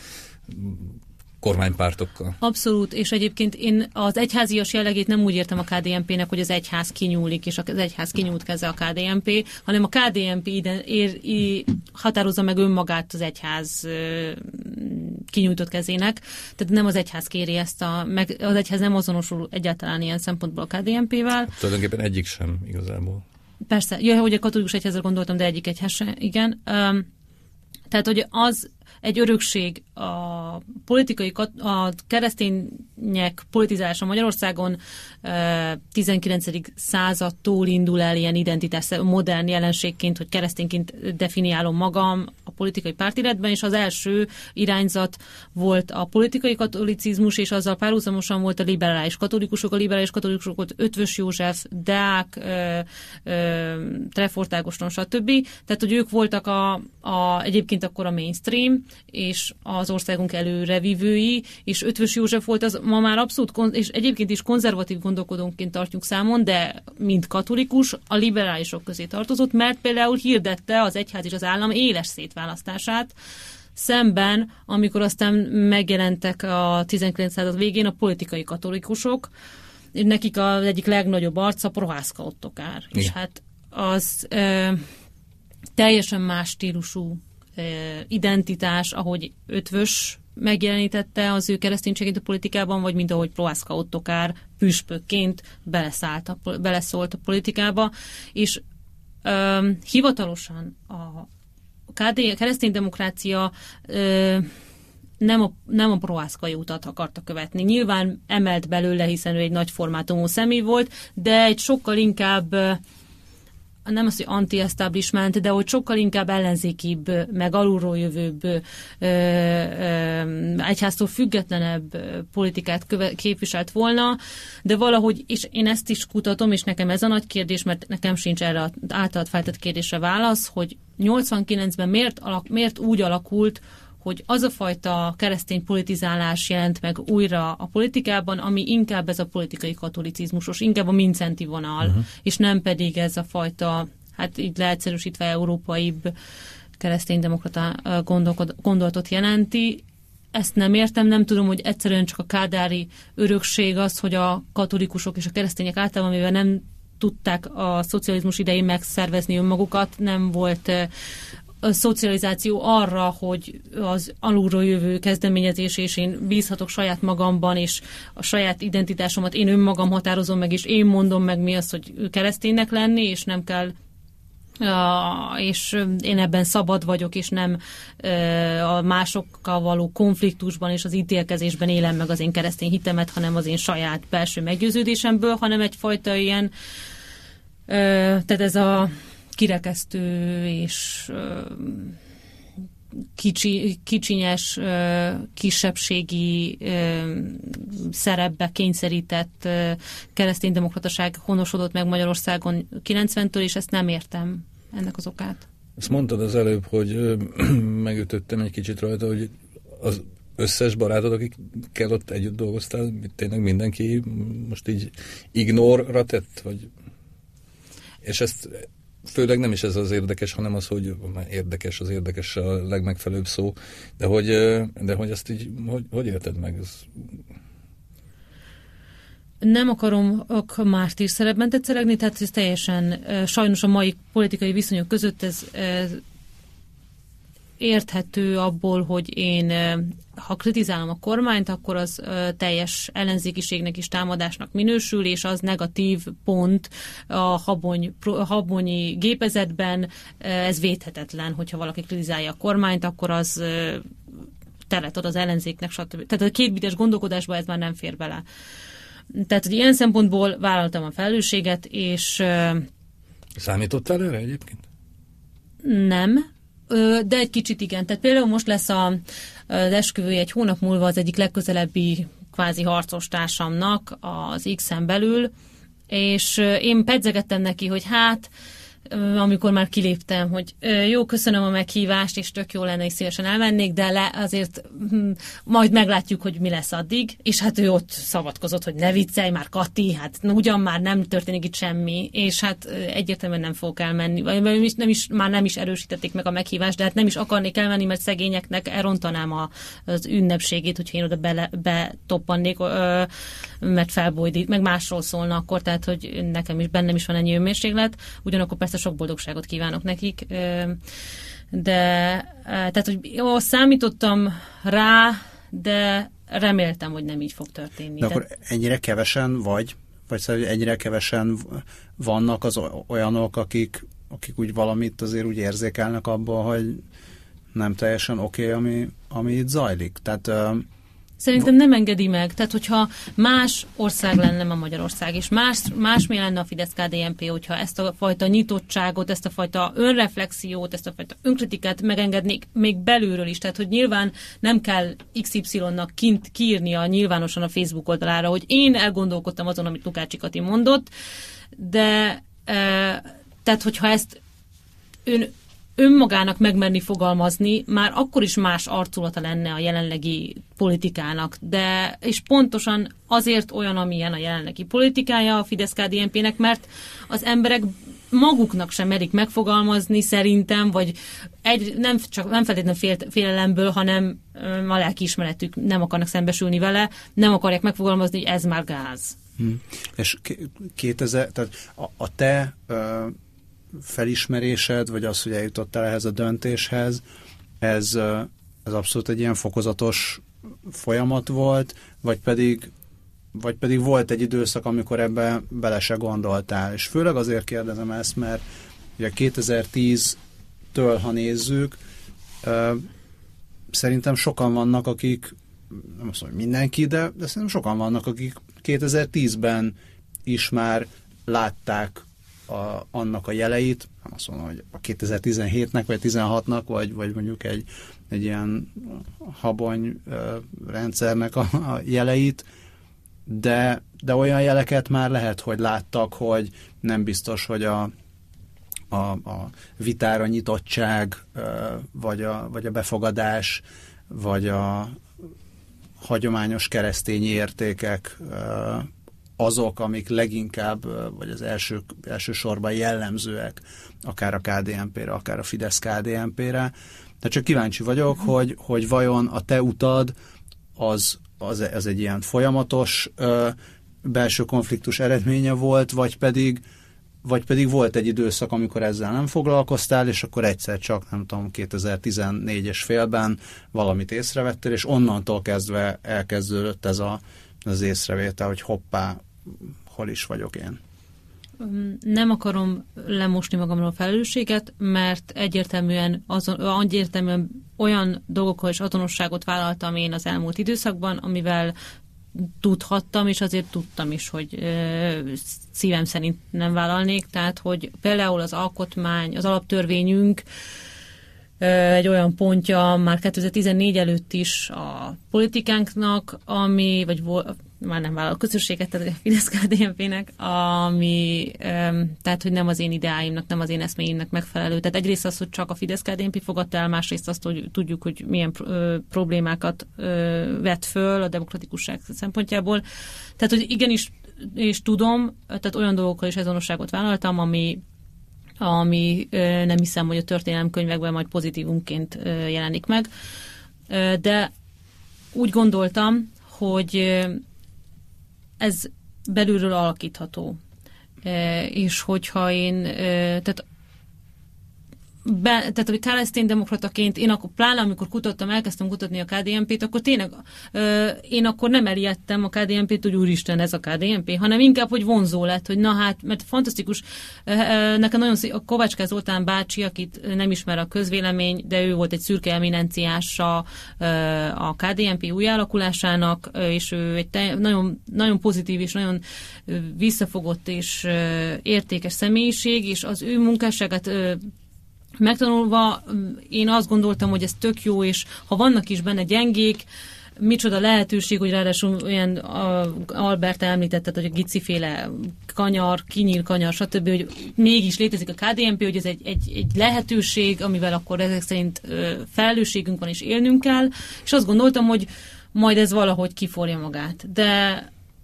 Speaker 3: kormánypártokkal.
Speaker 4: Abszolút, és egyébként én az egyházias jellegét nem úgy értem a ká dé en pének, hogy az egyház kinyúlik, és az egyház kinyújt keze a ká dé en pé, hanem a ká dé en pé ide, ér, ér, határozza meg önmagát az egyház kinyújtott kezének, tehát nem az egyház kéri ezt, a, meg az egyház nem azonosul egyáltalán ilyen szempontból a ká dé en pével.
Speaker 3: Tulajdonképpen egyik sem igazából.
Speaker 4: Persze, ja, hogy a katolikus egyházra gondoltam, de egyik egyház sem, igen. Um, tehát, hogy az egy örökség a politikai, a keresztények politizálása Magyarországon tizenkilencedik századtól indul el ilyen identitás, modern jelenségként, hogy keresztényként definiálom magam a politikai pártiletben, és az első irányzat volt a politikai katolicizmus, és azzal párhuzamosan volt a liberális katolikusok. A liberális katolikusok volt Ötvös József, Deák, Trefort Ágoston, stb. Tehát, hogy ők voltak a, a, egyébként akkor a mainstream, és az országunk előrevívői, és Ötvös József volt az ma már abszolút, és egyébként is konzervatív gondolkodónként tartjuk számon, de mint katolikus a liberálisok közé tartozott, mert például hirdette az egyház és az állam éles szétválasztását, szemben, amikor aztán megjelentek a tizenkilencedik század végén a politikai katolikusok, nekik az egyik legnagyobb arca Prohászka Ottokár. Igen. És hát az ö, teljesen más stílusú identitás, ahogy Ötvös megjelenítette az ő kereszténységét a politikában, vagy mint ahogy Prohászka Ottokár püspökként beleszállt a, beleszólt a politikába, és ö, hivatalosan a ká dé, a kereszténydemokrácia ö, nem a, nem a prohászkai utat akarta követni. Nyilván emelt belőle, hiszen ő egy nagy formátumú személy volt, de egy sokkal inkább nem az, hogy anti-establishment, de hogy sokkal inkább ellenzékibb, meg alulról jövőbb, ö, ö, egyháztól függetlenebb politikát köve, képviselt volna, de valahogy, és én ezt is kutatom, és nekem ez a nagy kérdés, mert nekem sincs erre az általad feltett kérdésre válasz, hogy nyolcvankilencben miért, alak, miért úgy alakult, hogy az a fajta keresztény politizálás jelent meg újra a politikában, ami inkább ez a politikai katolicizmusos, inkább a Mincenti vonal, uh-huh. és nem pedig ez a fajta, hát így leegyszerűsítve európaibb kereszténydemokrata gondolatot jelenti. Ezt nem értem, nem tudom, hogy egyszerűen csak a kádári örökség az, hogy a katolikusok és a keresztények általában, mivel nem tudták a szocializmus idején megszervezni önmagukat, nem volt a szocializáció arra, hogy az alulról jövő kezdeményezés, és én bízhatok saját magamban, és a saját identitásomat én önmagam határozom meg, és én mondom meg mi az, hogy kereszténynek lenni, és nem kell, uh, és én ebben szabad vagyok, és nem uh, a másokkal való konfliktusban és az ítélkezésben élem meg az én keresztény hitemet, hanem az én saját belső meggyőződésemből, hanem egyfajta ilyen, uh, tehát ez a kirekesztő és kicsi, kicsinyes, kisebbségi szerepbe kényszerített kereszténydemokrataság honosodott meg Magyarországon kilencventől, és ezt nem értem, ennek az okát.
Speaker 3: Ezt mondtad az előbb, hogy megütöttem egy kicsit rajta, hogy az összes barátod, akikkel ott együtt dolgoztál, tényleg mindenki most így ignorra tett? Vagy... És ezt főleg nem is ez az érdekes, hanem az, hogy érdekes, az érdekes a legmegfelelőbb szó, de hogy, de hogy ezt így, hogy, hogy érted meg? Ez...
Speaker 4: Nem akarom a mártír szerepben tetszelegni, tehát ez teljesen sajnos a mai politikai viszonyok között ez, ez érthető abból, hogy én, ha kritizálom a kormányt, akkor az teljes ellenzékiségnek és támadásnak minősül, és az negatív pont a habony, habonyi gépezetben, ez védhetetlen, hogyha valaki kritizálja a kormányt, akkor az teret ad az ellenzéknek, stb. Tehát a kétbites gondolkodásba ez már nem fér bele. Tehát, hogy ilyen szempontból vállaltam a felelősséget, és...
Speaker 3: Számítottál erre egyébként?
Speaker 4: Nem, de egy kicsit igen. Tehát például most lesz a, az esküvője egy hónap múlva az egyik legközelebbi kvázi harcos társamnak az X-en belül, és én pedzegettem neki, hogy hát, amikor már kiléptem, hogy jó, köszönöm a meghívást, és tök jó lenne, és szívesen elmennék, de le azért hm, majd meglátjuk, hogy mi lesz addig. És hát ő ott szavatkozott, hogy ne viccelj már, Kati, hát ugyan már nem történik itt semmi, és hát egyértelműen nem fogok elmenni. Vagy nem is, már nem is erősítették meg a meghívást, de hát nem is akarnék elmenni, mert szegényeknek elrontanám a, az ünnepségét, hogyha én oda bele, betoppannék, ö, mert felbojdít, meg másról szólna akkor, tehát hogy nekem is, bennem is van ennyi önmérséklet, ugyanakkor persze sok boldogságot kívánok nekik, de tehát, hogy jó, számítottam rá, de reméltem, hogy nem így fog történni.
Speaker 2: De akkor ennyire kevesen vagy, vagy szóval ennyire kevesen vannak az olyanok, akik, akik úgy valamit azért úgy érzékelnek abból, hogy nem teljesen oké, okay, ami, ami itt zajlik. Tehát
Speaker 4: szerintem nem engedi meg. Tehát, hogyha más ország lenne a Magyarország, és más, másmilyen lenne a Fidesz-ká dé en pé, hogyha ezt a fajta nyitottságot, ezt a fajta önreflexiót, ezt a fajta önkritikát megengednék még belülről is. Tehát, hogy nyilván nem kell iksz ipszilonnak kint kiírnia nyilvánosan a Facebook oldalára, hogy én elgondolkodtam azon, amit Lukácsi Kati mondott, de e, tehát, hogyha ezt ön önmagának megmerni fogalmazni, már akkor is más arculata lenne a jelenlegi politikának, de és pontosan azért olyan, amilyen a jelenlegi politikája a Fidesz-ká dé en pének, mert az emberek maguknak sem merik megfogalmazni szerintem, vagy egy, nem, csak, nem feltétlenül fél, félelemből, hanem a lelkiismeretük nem akarnak szembesülni vele, nem akarják megfogalmazni, hogy ez már gáz.
Speaker 2: Hmm. És kétezer, tehát a, a te ö, felismerésed, vagy az, hogy eljutottál ehhez a döntéshez, ez, ez abszolút egy ilyen fokozatos folyamat volt, vagy pedig, vagy pedig volt egy időszak, amikor ebbe bele se gondoltál. És főleg azért kérdezem ezt, mert ugye kétezer-tíztől, ha nézzük, szerintem sokan vannak, akik, nem azt mondom, mindenki, de, de szerintem sokan vannak, akik kétezer-tízben is már látták a, annak a jeleit, nem azt mondom, hogy a kétezer-tizenhétnek vagy tizenhatnak, vagy, vagy mondjuk egy, egy ilyen habony ö, rendszernek a, a jeleit, de, de olyan jeleket már lehet, hogy láttak, hogy nem biztos, hogy a, a, a vitára nyitottság, ö, vagy, a, vagy a befogadás, vagy a hagyományos keresztény értékek ö, azok, amik leginkább, vagy az első, első sorban jellemzőek, akár a ká dé en pére, akár a Fidesz-ká dé en pére. De csak kíváncsi vagyok, uh-huh. hogy, hogy vajon a te utad az, az, az egy ilyen folyamatos ö, belső konfliktus eredménye volt, vagy pedig, vagy pedig volt egy időszak, amikor ezzel nem foglalkoztál, és akkor egyszer csak, nem tudom, kétezer-tizennégyes félben valamit észrevettél, és onnantól kezdve elkezdődött ez a, az észrevétel, hogy hoppá, hol is vagyok én.
Speaker 4: Nem akarom lemosni magamról a felelősséget, mert egyértelműen, azon, egyértelműen olyan dolgokkal és azonosságot vállaltam én az elmúlt időszakban, amivel tudhattam, és azért tudtam is, hogy ö, szívem szerint nem vállalnék. Tehát, hogy például az alkotmány, az alaptörvényünk ö, egy olyan pontja már kétezer-tizennégy előtt is a politikánknak, ami, vagy már nem vállal a közösséget, tehát a Fidesz-ká dé en pének, ami, um, tehát, hogy nem az én ideáimnak, nem az én eszméimnek megfelelő. Tehát egyrészt az, hogy csak a Fidesz-ká dé en pé fogadta el, másrészt azt, hogy tudjuk, hogy milyen ö, problémákat ö, vet föl a demokratikusság szempontjából. Tehát, hogy igenis, és tudom, tehát olyan dolgokkal is azonosságot vállaltam, ami ami ö, nem hiszem, hogy a történelemkönyvekben majd pozitívumként ö, jelenik meg. Ö, de úgy gondoltam, hogy ez belülről alakítható. E, és hogyha én, e, tehát, be, tehát hogy kereszténydemokrataként, én akkor pláne, amikor kutattam, elkezdtem kutatni a ká dé en pét, akkor tényleg e, én akkor nem elijedtem a ká dé en pét, hogy úristen, ez a ká dé en pé, hanem inkább, hogy vonzó lett, hogy na hát, mert fantasztikus, e, nekem nagyon szép, a Kovácske Zoltán bácsi, akit nem ismer a közvélemény, de ő volt egy szürke eminenciása e, a ká dé en pé új alakulásának, és ő egy te, nagyon, nagyon pozitív és nagyon visszafogott és e, értékes személyiség, és az ő munkásságát e, megtanulva, én azt gondoltam, hogy ez tök jó, és ha vannak is benne gyengék, micsoda lehetőség, hogy ráadásul olyan a Albert említette, hogy a giciféle kanyar, kinyír kanyar, stb., hogy mégis létezik a ká dé en pé, hogy ez egy, egy, egy lehetőség, amivel akkor ezek szerint felelősségünk van, és élnünk kell, és azt gondoltam, hogy majd ez valahogy kiforja magát. De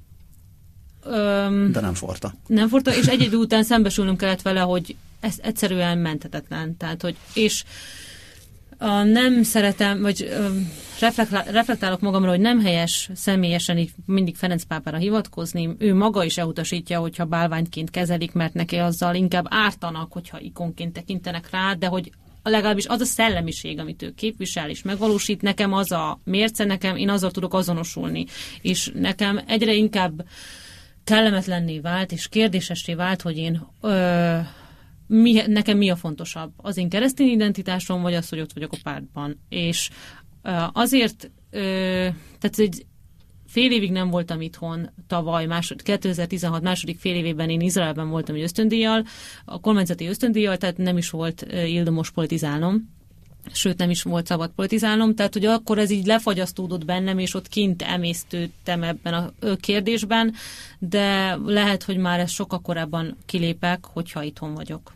Speaker 4: öm,
Speaker 2: De nem forta. Nem
Speaker 4: forta, és egy-egy után szembesülnöm kellett vele, hogy ez egyszerűen menthetetlen. Tehát, hogy, és a nem szeretem, vagy reflektálok magamra, hogy nem helyes személyesen így mindig Ferenc pápára hivatkozni. Ő maga is elutasítja, hogyha bálványként kezelik, mert neki azzal inkább ártanak, hogyha ikonként tekintenek rá, de hogy legalábbis az a szellemiség, amit ő képvisel és megvalósít, nekem az a mérce, nekem én azzal tudok azonosulni. És nekem egyre inkább kellemetlenné vált, és kérdésessé vált, hogy én ö, mi, nekem mi a fontosabb? Az én keresztény identitásom, vagy az, hogy ott vagyok a pártban? És uh, azért, uh, tehát egy fél évig nem voltam itthon, tavaly, másod, kétezer-tizenhat második fél évében én Izraelben voltam egy ösztöndíjjal, a kormányzati ösztöndíjjal, tehát nem is volt uh, ildomos politizálnom, sőt nem is volt szabad politizálnom, tehát hogy akkor ez így lefagyasztódott bennem, és ott kint emésztődtem ebben a kérdésben, de lehet, hogy már ezt sokkal korábban kilépek, hogyha itthon vagyok.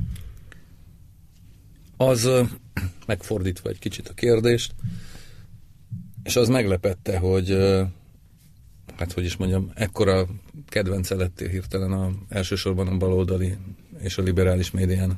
Speaker 3: Az megfordítva egy kicsit a kérdést, és az meglepette, hogy hát hogy is mondjam, ekkora kedvence lettél hirtelen a, elsősorban a baloldali és a liberális médiának.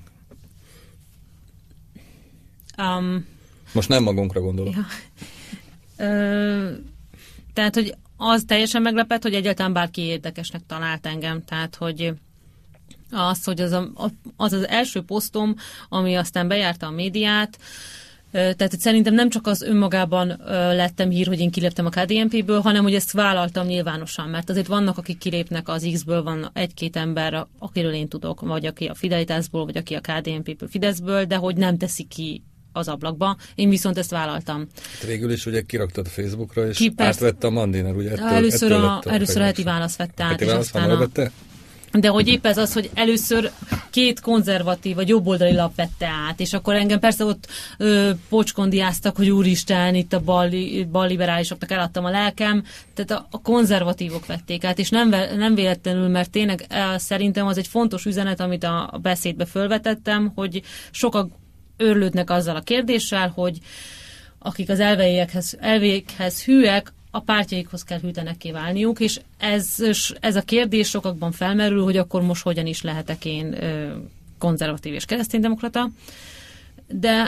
Speaker 4: Um,
Speaker 3: Most nem magunkra gondolok. Ja.
Speaker 4: Ö, tehát, hogy az teljesen meglepett, hogy egyáltalán bárki érdekesnek talált engem. Tehát, hogy az, hogy az, a, az az első posztom, ami aztán bejárta a médiát, tehát szerintem nem csak az önmagában lettem hír, hogy én kiléptem a ká dé en péből, hanem hogy ezt vállaltam nyilvánosan, mert azért vannak, akik kilépnek az X-ből, van egy-két ember, akiről én tudok, vagy aki a Fidelitásból, vagy aki a ká dé en péből, Fideszből, de hogy nem teszi ki az ablakba. Én viszont ezt vállaltam.
Speaker 3: Hát végül is ugye kiraktad a Facebookra, és
Speaker 4: ki,
Speaker 3: átvette a Mandiner, ugye ettől,
Speaker 4: először
Speaker 3: ettől
Speaker 4: a, a először a heti válasz vette át.
Speaker 3: Heti válasz, hamarabb vette?
Speaker 4: De hogy épp ez az, hogy először két konzervatív, vagy jobboldali lap vette át, és akkor engem persze ott ö, pocskondiáztak, hogy úristen, itt a bal, balliberálisoknak eladtam a lelkem, tehát a, a konzervatívok vették át, és nem, nem véletlenül, mert tényleg e, szerintem az egy fontos üzenet, amit a, a beszédbe fölvetettem, hogy sokak őrlődnek azzal a kérdéssel, hogy akik az elveiekhez, elveikhez hűek, a pártjaikhoz kell hűtlenekké válniuk, és ez, ez a kérdés sokakban felmerül, hogy akkor most hogyan is lehetek én ö, konzervatív és kereszténydemokrata. De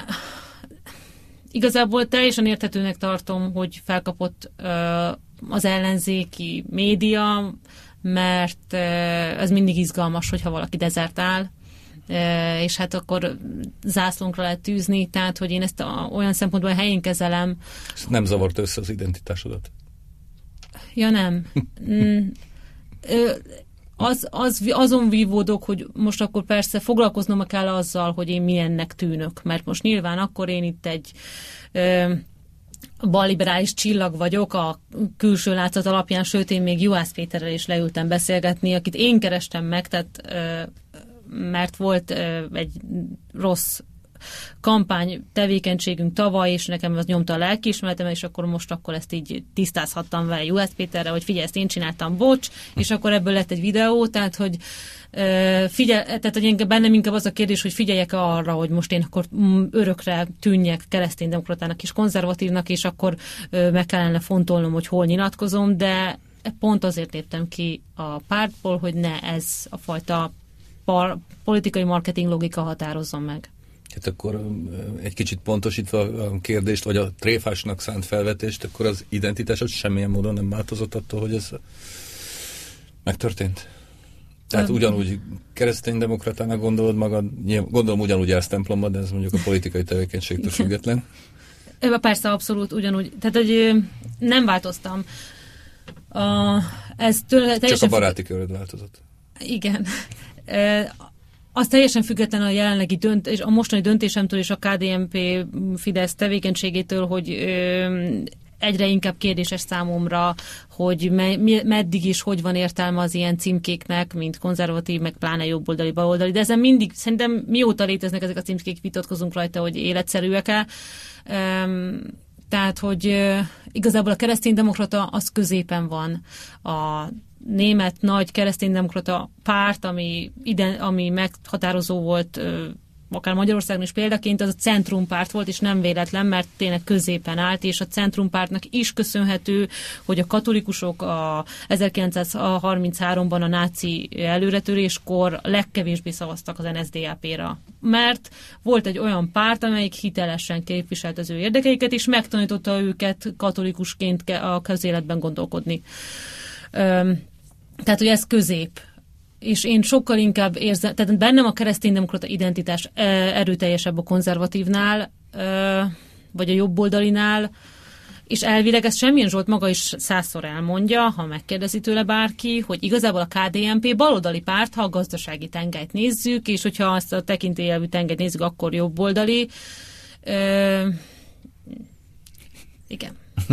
Speaker 4: igazából teljesen érthetőnek tartom, hogy felkapott ö, az ellenzéki média, mert ö, ez mindig izgalmas, hogyha valaki dezertál, ö, és hát akkor zászlónkra lehet tűzni, tehát hogy én ezt a, olyan szempontból helyén kezelem.
Speaker 3: Ezt nem zavart össze az identitásodat?
Speaker 4: Ja, nem. Mm, az, az, azon vívódok, hogy most akkor persze foglalkoznom kell azzal, hogy én milyennek tűnök, mert most nyilván akkor én itt egy ö, balliberális csillag vagyok a külső látszat alapján, sőt én még Juhász Péterrel is leültem beszélgetni, akit én kerestem meg, tehát, ö, mert volt ö, egy rossz kampány tevékenységünk tavaly, és nekem az nyomta a lelkiismeretem, és akkor most akkor ezt így tisztázhattam vele Juhász Péterre, hogy figyelj, ezt én csináltam, bocs, és akkor ebből lett egy videó, tehát hogy figyel, tehát hogy bennem inkább az a kérdés, hogy figyeljek arra, hogy most én akkor örökre tűnjek kereszténydemokratának és konzervatívnak, és akkor meg kellene fontolnom, hogy hol nyilatkozom, de pont azért léptem ki a pártból, hogy ne ez a fajta par, politikai marketing logika határozzon meg.
Speaker 3: Hát akkor egy kicsit pontosítva a kérdést, vagy a tréfásnak szánt felvetést, akkor az identitásod semmilyen módon nem változott attól, hogy ez megtörtént? Tehát ugyanúgy kereszténydemokratának gondolod magad, gondolom ugyanúgy jársz templomba, de ez mondjuk a politikai tevékenységtől független.
Speaker 4: Persze, abszolút ugyanúgy. Tehát, hogy nem változtam. A, ez tőle,
Speaker 3: Csak a baráti köröd változott.
Speaker 4: Igen. Az teljesen független a jelenlegi dönt, és a mostani döntésemtől és a ká dé en pé Fidesz tevékenységétől, hogy ö, egyre inkább kérdéses számomra, hogy me, meddig is hogy van értelme az ilyen címkéknek, mint konzervatív, meg pláne jobboldali, baloldali, de ezen mindig, szerintem mióta léteznek ezek a címkék, vitatkozunk rajta, hogy életszerűek-e. Um, tehát, hogy uh, igazából a kereszténydemokrata az középen van. A német nagy kereszténydemokrata párt, ami, ide, ami meghatározó volt uh, akár Magyarországon is példaként, az a centrumpárt volt, és nem véletlen, mert tényleg középen állt, és a centrumpártnak is köszönhető, hogy a katolikusok a ezerkilencszázharmincháromban a náci előretöréskor legkevésbé szavaztak az en es zé á pé-ra. Mert volt egy olyan párt, amelyik hitelesen képviselt az ő érdekeiket, és megtanította őket katolikusként a közéletben gondolkodni. Tehát, hogy ez közép. És én sokkal inkább érzem, tehát bennem a kereszténydemokrata identitás erőteljesebb a konzervatívnál, vagy a jobboldalinál, és elvileg ezt Semmilyen Zsolt maga is százszor elmondja, ha megkérdezi tőle bárki, hogy igazából a ká dé en pé baloldali párt, ha a gazdasági tengelyt nézzük, és hogyha azt a tekintélyelvű tengelyt nézzük, akkor jobboldali. Ö, igen.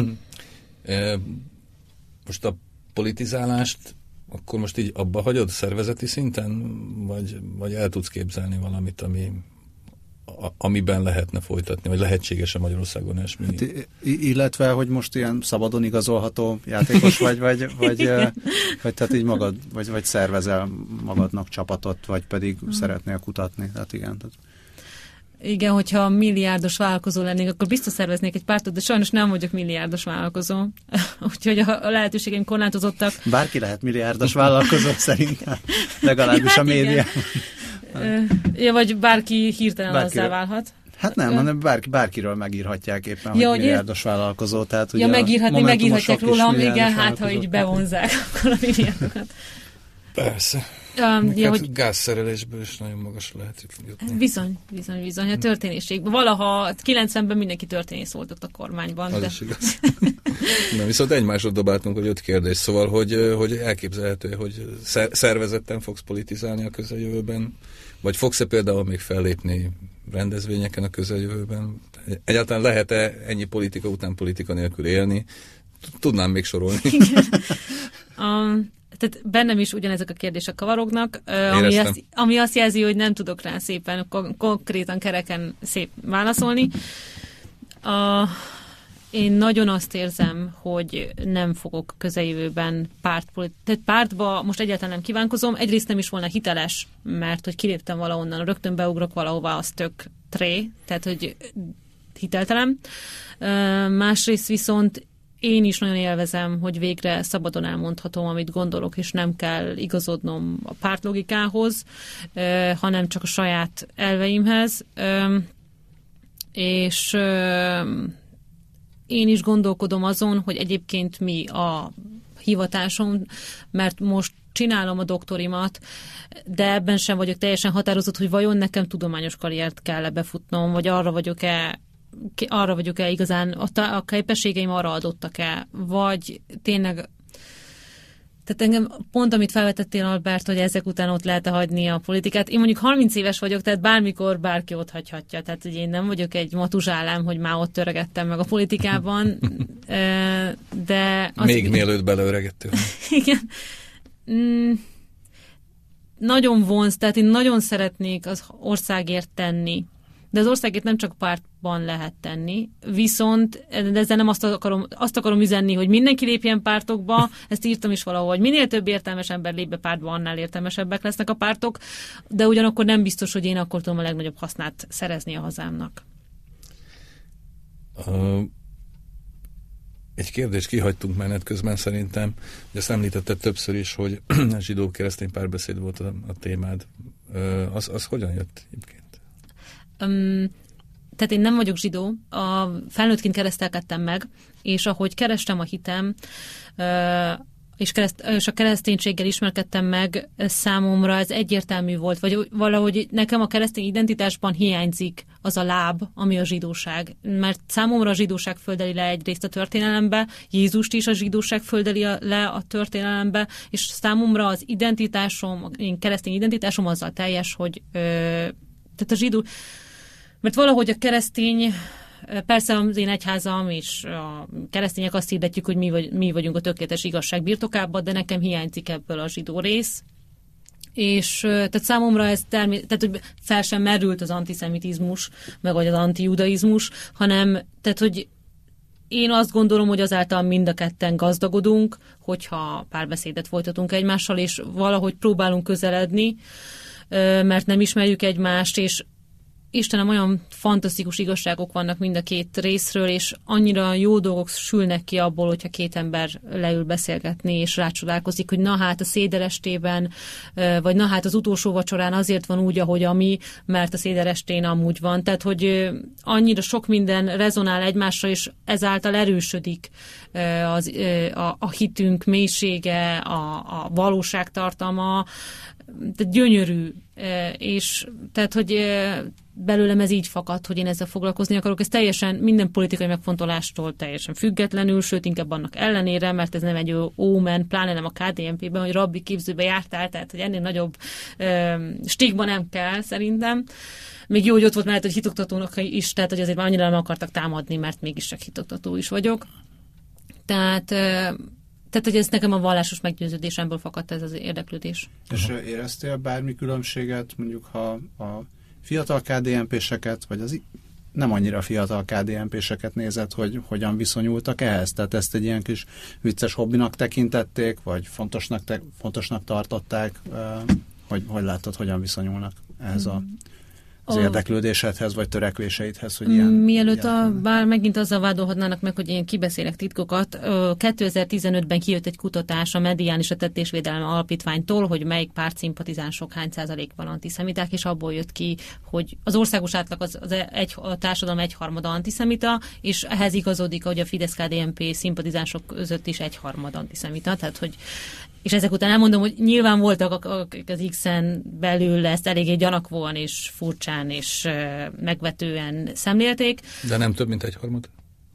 Speaker 3: Most a politizálást akkor most így abba hagyod szervezeti szinten, vagy, vagy el tudsz képzelni valamit, ami, a, amiben lehetne folytatni, vagy lehetséges-e Magyarországon esmi? Hát,
Speaker 2: illetve, hogy most ilyen szabadon igazolható játékos vagy, vagy, vagy, vagy tehát így magad, vagy, vagy szervezel magadnak csapatot, vagy pedig hmm. szeretnél kutatni. Tehát igen, tehát
Speaker 4: igen, hogyha milliárdos vállalkozó lennék, akkor biztos szerveznék egy pártot, de sajnos nem vagyok milliárdos vállalkozó. Úgyhogy a lehetőségeim korlátozottak.
Speaker 2: Bárki lehet milliárdos vállalkozó szerintem, legalábbis hát a média.
Speaker 4: Ja, vagy bárki hirtelen azzá válhat.
Speaker 2: Hát nem, hanem bárki, bárkiről megírhatják éppen, ja, hogy milliárdos vállalkozó. Tehát,
Speaker 4: ja, megírhatni, megírhatják rólam, igen, hát ha így bevonzák akkor a milliárdokat.
Speaker 3: Persze.
Speaker 4: Um, ja,
Speaker 3: hát
Speaker 4: hogy
Speaker 3: gázszerelésből is nagyon magas lehet jutni.
Speaker 4: Bizony, bizony, bizony. A történészségben. Valaha kilencvenben mindenki történész volt ott a kormányban.
Speaker 3: Az
Speaker 4: de...
Speaker 3: is igaz. Na, viszont egymásra dobáltunk, hogy öt kérdés. Szóval, hogy, hogy elképzelhető, hogy szervezetten fogsz politizálni a közeljövőben, vagy fogsz-e például még fellépni rendezvényeken a közeljövőben? Egyáltalán lehet-e ennyi politika után politika nélkül élni? Tudnám még sorolni.
Speaker 4: Um, tehát bennem is ugyanezek a kérdések kavarognak, ami azt, ami azt jelzi, hogy nem tudok rá szépen, kon- konkrétan kereken szép válaszolni. A, én nagyon azt érzem, hogy nem fogok közeljövőben párt, tehát pártba most egyáltalán nem kívánkozom. Egyrészt nem is volna hiteles, mert hogy kiléptem valahonnan, rögtön beugrok valahova, az tök tré, tehát hogy hiteltelen. Másrészt viszont én is nagyon élvezem, hogy végre szabadon elmondhatom, amit gondolok, és nem kell igazodnom a pártlogikához, hanem csak a saját elveimhez. És én is gondolkodom azon, hogy egyébként mi a hivatásom, mert most csinálom a doktorimat, de ebben sem vagyok teljesen határozott, hogy vajon nekem tudományos karriert kell befutnom, vagy arra vagyok-e arra vagyok-e igazán, a képességeim arra adottak-e, vagy tényleg, tehát engem pont, amit felvetettél, Albert, hogy ezek után ott lehet hagyni a politikát. Én mondjuk harminc éves vagyok, tehát bármikor bárki ott hagyhatja. Tehát, hogy én nem vagyok egy matuzsálám, hogy már ott töregettem meg a politikában, de...
Speaker 3: Még mielőtt beleöregettél.
Speaker 4: Igen. Mm, nagyon vonz, tehát én nagyon szeretnék az országért tenni. De az országért nem csak pártban lehet tenni, viszont de ezzel nem azt akarom, azt akarom üzenni, hogy mindenki lépjen pártokba, ezt írtam is valahol, hogy minél több értelmes ember lép be pártba, annál értelmesebbek lesznek a pártok, de ugyanakkor nem biztos, hogy én akkor tudom a legnagyobb hasznát szerezni a hazámnak.
Speaker 3: Uh, egy kérdést kihagytunk menet közben szerintem, hogy ezt említetted többször is, hogy zsidó-keresztény párbeszéd volt a, a témád. Uh, az, az hogyan jött egyébként?
Speaker 4: Um, tehát én nem vagyok zsidó, a felnőttként keresztelkedtem meg, és ahogy kerestem a hitem, uh, és, kereszt, és a kereszténységgel ismerkedtem meg, számomra ez egyértelmű volt, vagy valahogy nekem a keresztény identitásban hiányzik az a láb, ami a zsidóság. Mert számomra a zsidóság földeli le egyrészt a történelembe, Jézust is a zsidóság földeli le a történelembe, és számomra az identitásom, én keresztény identitásom azzal teljes, hogy ö, tehát a zsidó, mert valahogy a keresztény, persze az én egyházam és a keresztények azt hirdetjük, hogy mi, vagy, mi vagyunk a tökéletes igazság birtokában, de nekem hiányzik ebből a zsidó rész. És tehát számomra ez termé- tehát, hogy fel sem merült az antiszemitizmus, meg vagy az antijudaizmus, hanem tehát, hogy én azt gondolom, hogy azáltal mind a ketten gazdagodunk, hogyha párbeszédet folytatunk egymással, és valahogy próbálunk közeledni, mert nem ismerjük egymást, és Istenem, olyan fantasztikus igazságok vannak mind a két részről, és annyira jó dolgok sülnek ki abból, hogyha két ember leül beszélgetni, és rácsodálkozik, hogy na hát a széderestében, vagy na hát az utolsó vacsorán azért van úgy, ahogy ami, mert a széderestén amúgy van. Tehát, hogy annyira sok minden rezonál egymásra, és ezáltal erősödik az, a, a hitünk mélysége, a, a valóság tartalma, tehát gyönyörű, és tehát, hogy belőlem ez így fakad, hogy én ezzel foglalkozni akarok. Ez teljesen minden politikai megfontolástól teljesen függetlenül, sőt inkább annak ellenére, mert ez nem egy ómen, pláne nem a ká dé en pé-ben, hogy rabbi képzőbe jártál, tehát hogy ennél nagyobb ö, stigma nem kell szerintem. Még jó, hogy ott volt mellett, hogy hitoktatónak is, tehát hogy azért már annyira nem akartak támadni, mert mégis csak hitoktató is vagyok. Tehát... Ö, Tehát, hogy ez nekem a vallásos meggyőződésemből fakadt ez az érdeklődés.
Speaker 2: És éreztél bármi különbséget, mondjuk ha a fiatal ká dé en péseket, vagy az nem annyira fiatal ká dé en péseket nézett, hogy hogyan viszonyultak ehhez? Tehát ezt egy ilyen kis vicces hobbinak tekintették, vagy fontosnak, te, fontosnak tartották, hogy hogy látod, hogyan viszonyulnak ehhez a az érdeklődésedhez, vagy törekvéseidhez, hogy ilyen...
Speaker 4: Mielőtt a, bár megint azzal vádolhatnának meg, hogy én kibeszélek titkokat, kétezer-tizenötben kijött egy kutatás a Medián és a Tettésvédelem Alapítványtól, hogy melyik pártszimpatizánsok hány százalékban antiszemiták, és abból jött ki, hogy az országos átlag az, az egy, a társadalom egyharmada antiszemita, és ehhez igazodik, hogy a Fidesz-ká dé en pé szimpatizánsok között is egyharmad antiszemita, tehát hogy és ezek után elmondom, hogy nyilván voltak az X-en belül ezt eléggé gyanakvóan és furcsán és megvetően szemlélték.
Speaker 3: De nem több, mint egy harmad?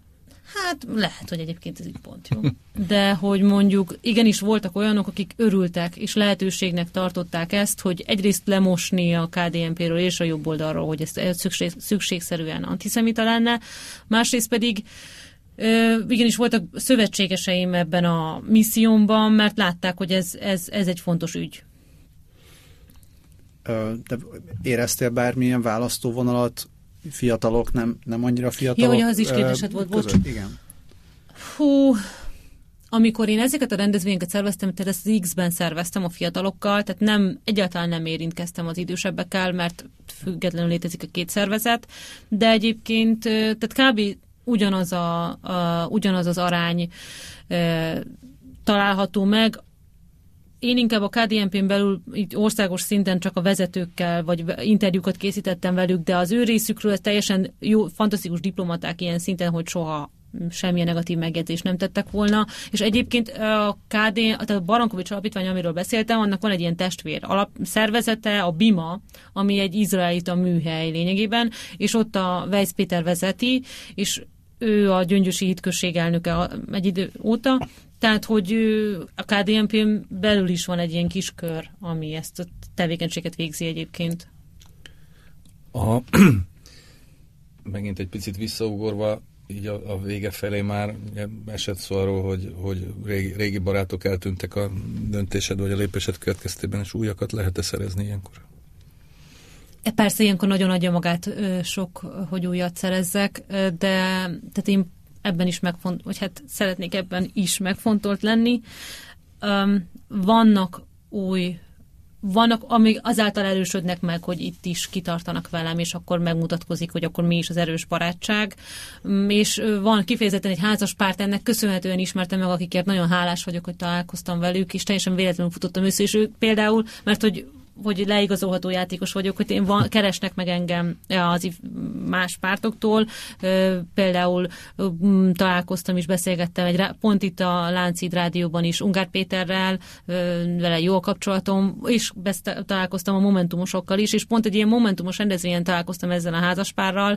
Speaker 4: Hát lehet, hogy egyébként ez így pont jó. De hogy mondjuk igenis voltak olyanok, akik örültek és lehetőségnek tartották ezt, hogy egyrészt lemosni a ká dé en pé-ről és a jobb oldalról, hogy ez szükség, szükségszerűen antiszemita lenne, másrészt pedig Ö, igenis voltak szövetségeseim ebben a missziómban, mert látták, hogy ez, ez, ez egy fontos ügy.
Speaker 2: De éreztél bármilyen választóvonalat fiatalok, nem, nem annyira fiatalok?
Speaker 4: Ja, hogy az is kérdésed volt, bocs.
Speaker 2: Igen.
Speaker 4: Hú, amikor én ezeket a rendezvényeket szerveztem, tehát ezt az X-ben szerveztem a fiatalokkal, tehát nem, egyáltalán nem érintkeztem az idősebbekkel, mert függetlenül létezik a két szervezet, de egyébként, tehát kb. ugyanaz, a, a, ugyanaz az arány e, található meg. Én inkább a ká dé en pén belül így országos szinten csak a vezetőkkel, vagy interjúkat készítettem velük, de az ő részükről ez teljesen jó, fantasztikus diplomaták ilyen szinten, hogy soha semmilyen negatív megjegyzést nem tettek volna. És egyébként a ká dé, tehát a Barankovics Alapítvány, amiről beszéltem, annak van egy ilyen testvér alapszervezete, a BIMA, ami egy izraelita műhely lényegében, és ott a Weisz Péter vezeti, és ő a Gyöngyösi Hitközség elnöke egy idő óta, tehát, hogy a ká dé en pén belül is van egy ilyen kis kör, ami ezt a tevékenységet végzi egyébként.
Speaker 3: A, megint egy picit visszaugorva, így a, a vége felé már esett szó arról, hogy, hogy régi, régi barátok eltűntek a döntésed vagy a lépésed következtében, és újakat lehet-e szerezni ilyenkor?
Speaker 4: Persze ilyenkor nagyon adja magát sok, hogy újat szerezzek, de tehát én ebben is megfont, vagy hát szeretnék ebben is megfontolt lenni. Um, vannak új, vannak, amíg azáltal erősödnek meg, hogy itt is kitartanak velem, és akkor megmutatkozik, hogy akkor mi is az erős barátság. És van kifejezetten egy házas párt, ennek köszönhetően ismertem meg, akikért nagyon hálás vagyok, hogy találkoztam velük, és teljesen véletlenül futottam össze, és ők például, mert hogy hogy leigazolható játékos vagyok, hogy én van, keresnek meg engem az más pártoktól. Például találkoztam és beszélgettem egy, pont itt a Lánchíd Rádióban is Ungár Péterrel, vele jó a kapcsolatom, és találkoztam a momentumosokkal is, és pont egy ilyen momentumos rendezvényen találkoztam ezzel a házaspárral.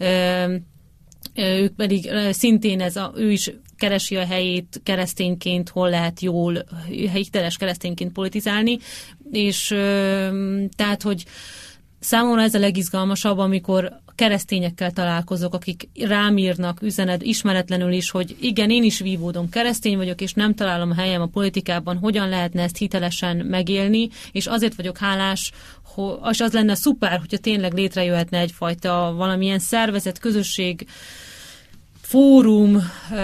Speaker 4: Ők pedig szintén ez a, ő is keresi a helyét keresztényként, hol lehet jól, hiteles keresztényként politizálni, és tehát, hogy számomra ez a legizgalmasabb, amikor keresztényekkel találkozok, akik rám írnak üzenet ismeretlenül is, hogy igen, én is vívódom, keresztény vagyok, és nem találom a helyem a politikában, hogyan lehetne ezt hitelesen megélni, és azért vagyok hálás, és az lenne szuper, hogyha tényleg létrejöhetne egyfajta valamilyen szervezet, közösség, fórum,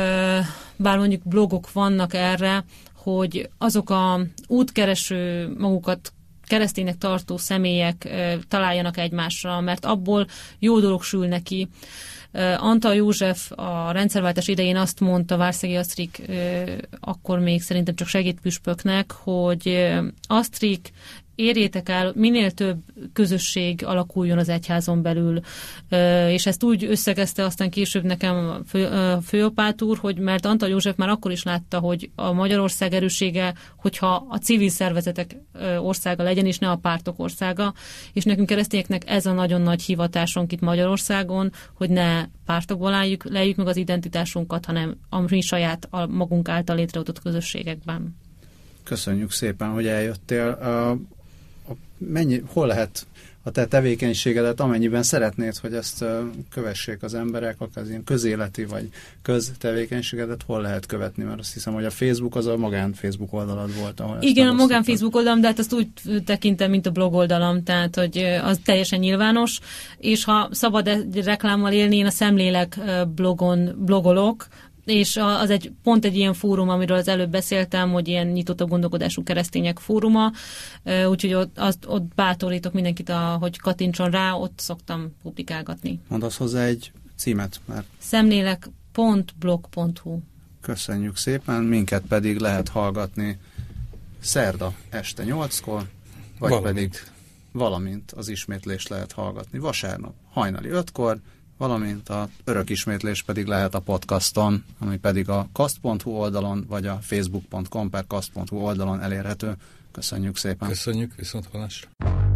Speaker 4: bár mondjuk blogok vannak erre, hogy azok a útkereső, magukat kereszténynek tartó személyek találjanak egymásra, mert abból jó dolog sül neki. Antal József a rendszerváltás idején azt mondta Várszegi Asztrik, akkor még szerintem csak segédpüspöknek, hogy Asztrik, érjétek el, minél több közösség alakuljon az egyházon belül. És ezt úgy összegezte aztán később nekem a fő, főapát úr, hogy mert Antal József már akkor is látta, hogy a Magyarország erőssége, hogyha a civil szervezetek országa legyen, és ne a pártok országa. És nekünk keresztényeknek ez a nagyon nagy hivatásunk itt Magyarországon, hogy ne pártokból álljuk, lejjük meg az identitásunkat, hanem a mi saját a magunk által létrehozott közösségekben.
Speaker 2: Köszönjük szépen, hogy eljöttél. A, a, mennyi, hol lehet a te tevékenységedet, amennyiben szeretnéd, hogy ezt kövessék az emberek, akár az ilyen közéleti vagy köztevékenységedet, hol lehet követni? Mert azt hiszem, hogy a Facebook az a magán Facebook oldalad volt. Ahol
Speaker 4: igen, a magán Facebook oldalam, de hát azt úgy tekintem, mint a blog oldalam, tehát hogy az teljesen nyilvános, és ha szabad egy reklámmal élni, én a Szemlélek blogon blogolok, és az egy pont egy ilyen fórum, amiről az előbb beszéltem, hogy ilyen nyitott a gondolkodású keresztények fóruma, úgyhogy ott, azt, ott bátorítok mindenkit, a, hogy kattintson rá, ott szoktam publikálgatni.
Speaker 2: Mondasz hozzá egy címet már.
Speaker 4: szemlélek pont blog pont hu.
Speaker 2: Köszönjük szépen, minket pedig lehet hallgatni szerda este nyolckor, vagy valamint. pedig valamint az ismétlést lehet hallgatni vasárnap hajnali ötkor, valamint a örök ismétlés pedig lehet a podcaston, ami pedig a kast pont hu oldalon, vagy a facebook pont com per kast pont hu oldalon elérhető. Köszönjük szépen!
Speaker 3: Köszönjük, viszont hallásra!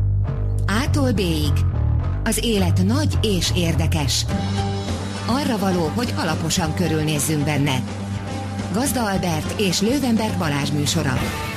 Speaker 1: A-tól B-ig. Az élet nagy és érdekes. Arra való, hogy alaposan körülnézzünk benne. Gazda Albert és Löwenberg Balázs műsora.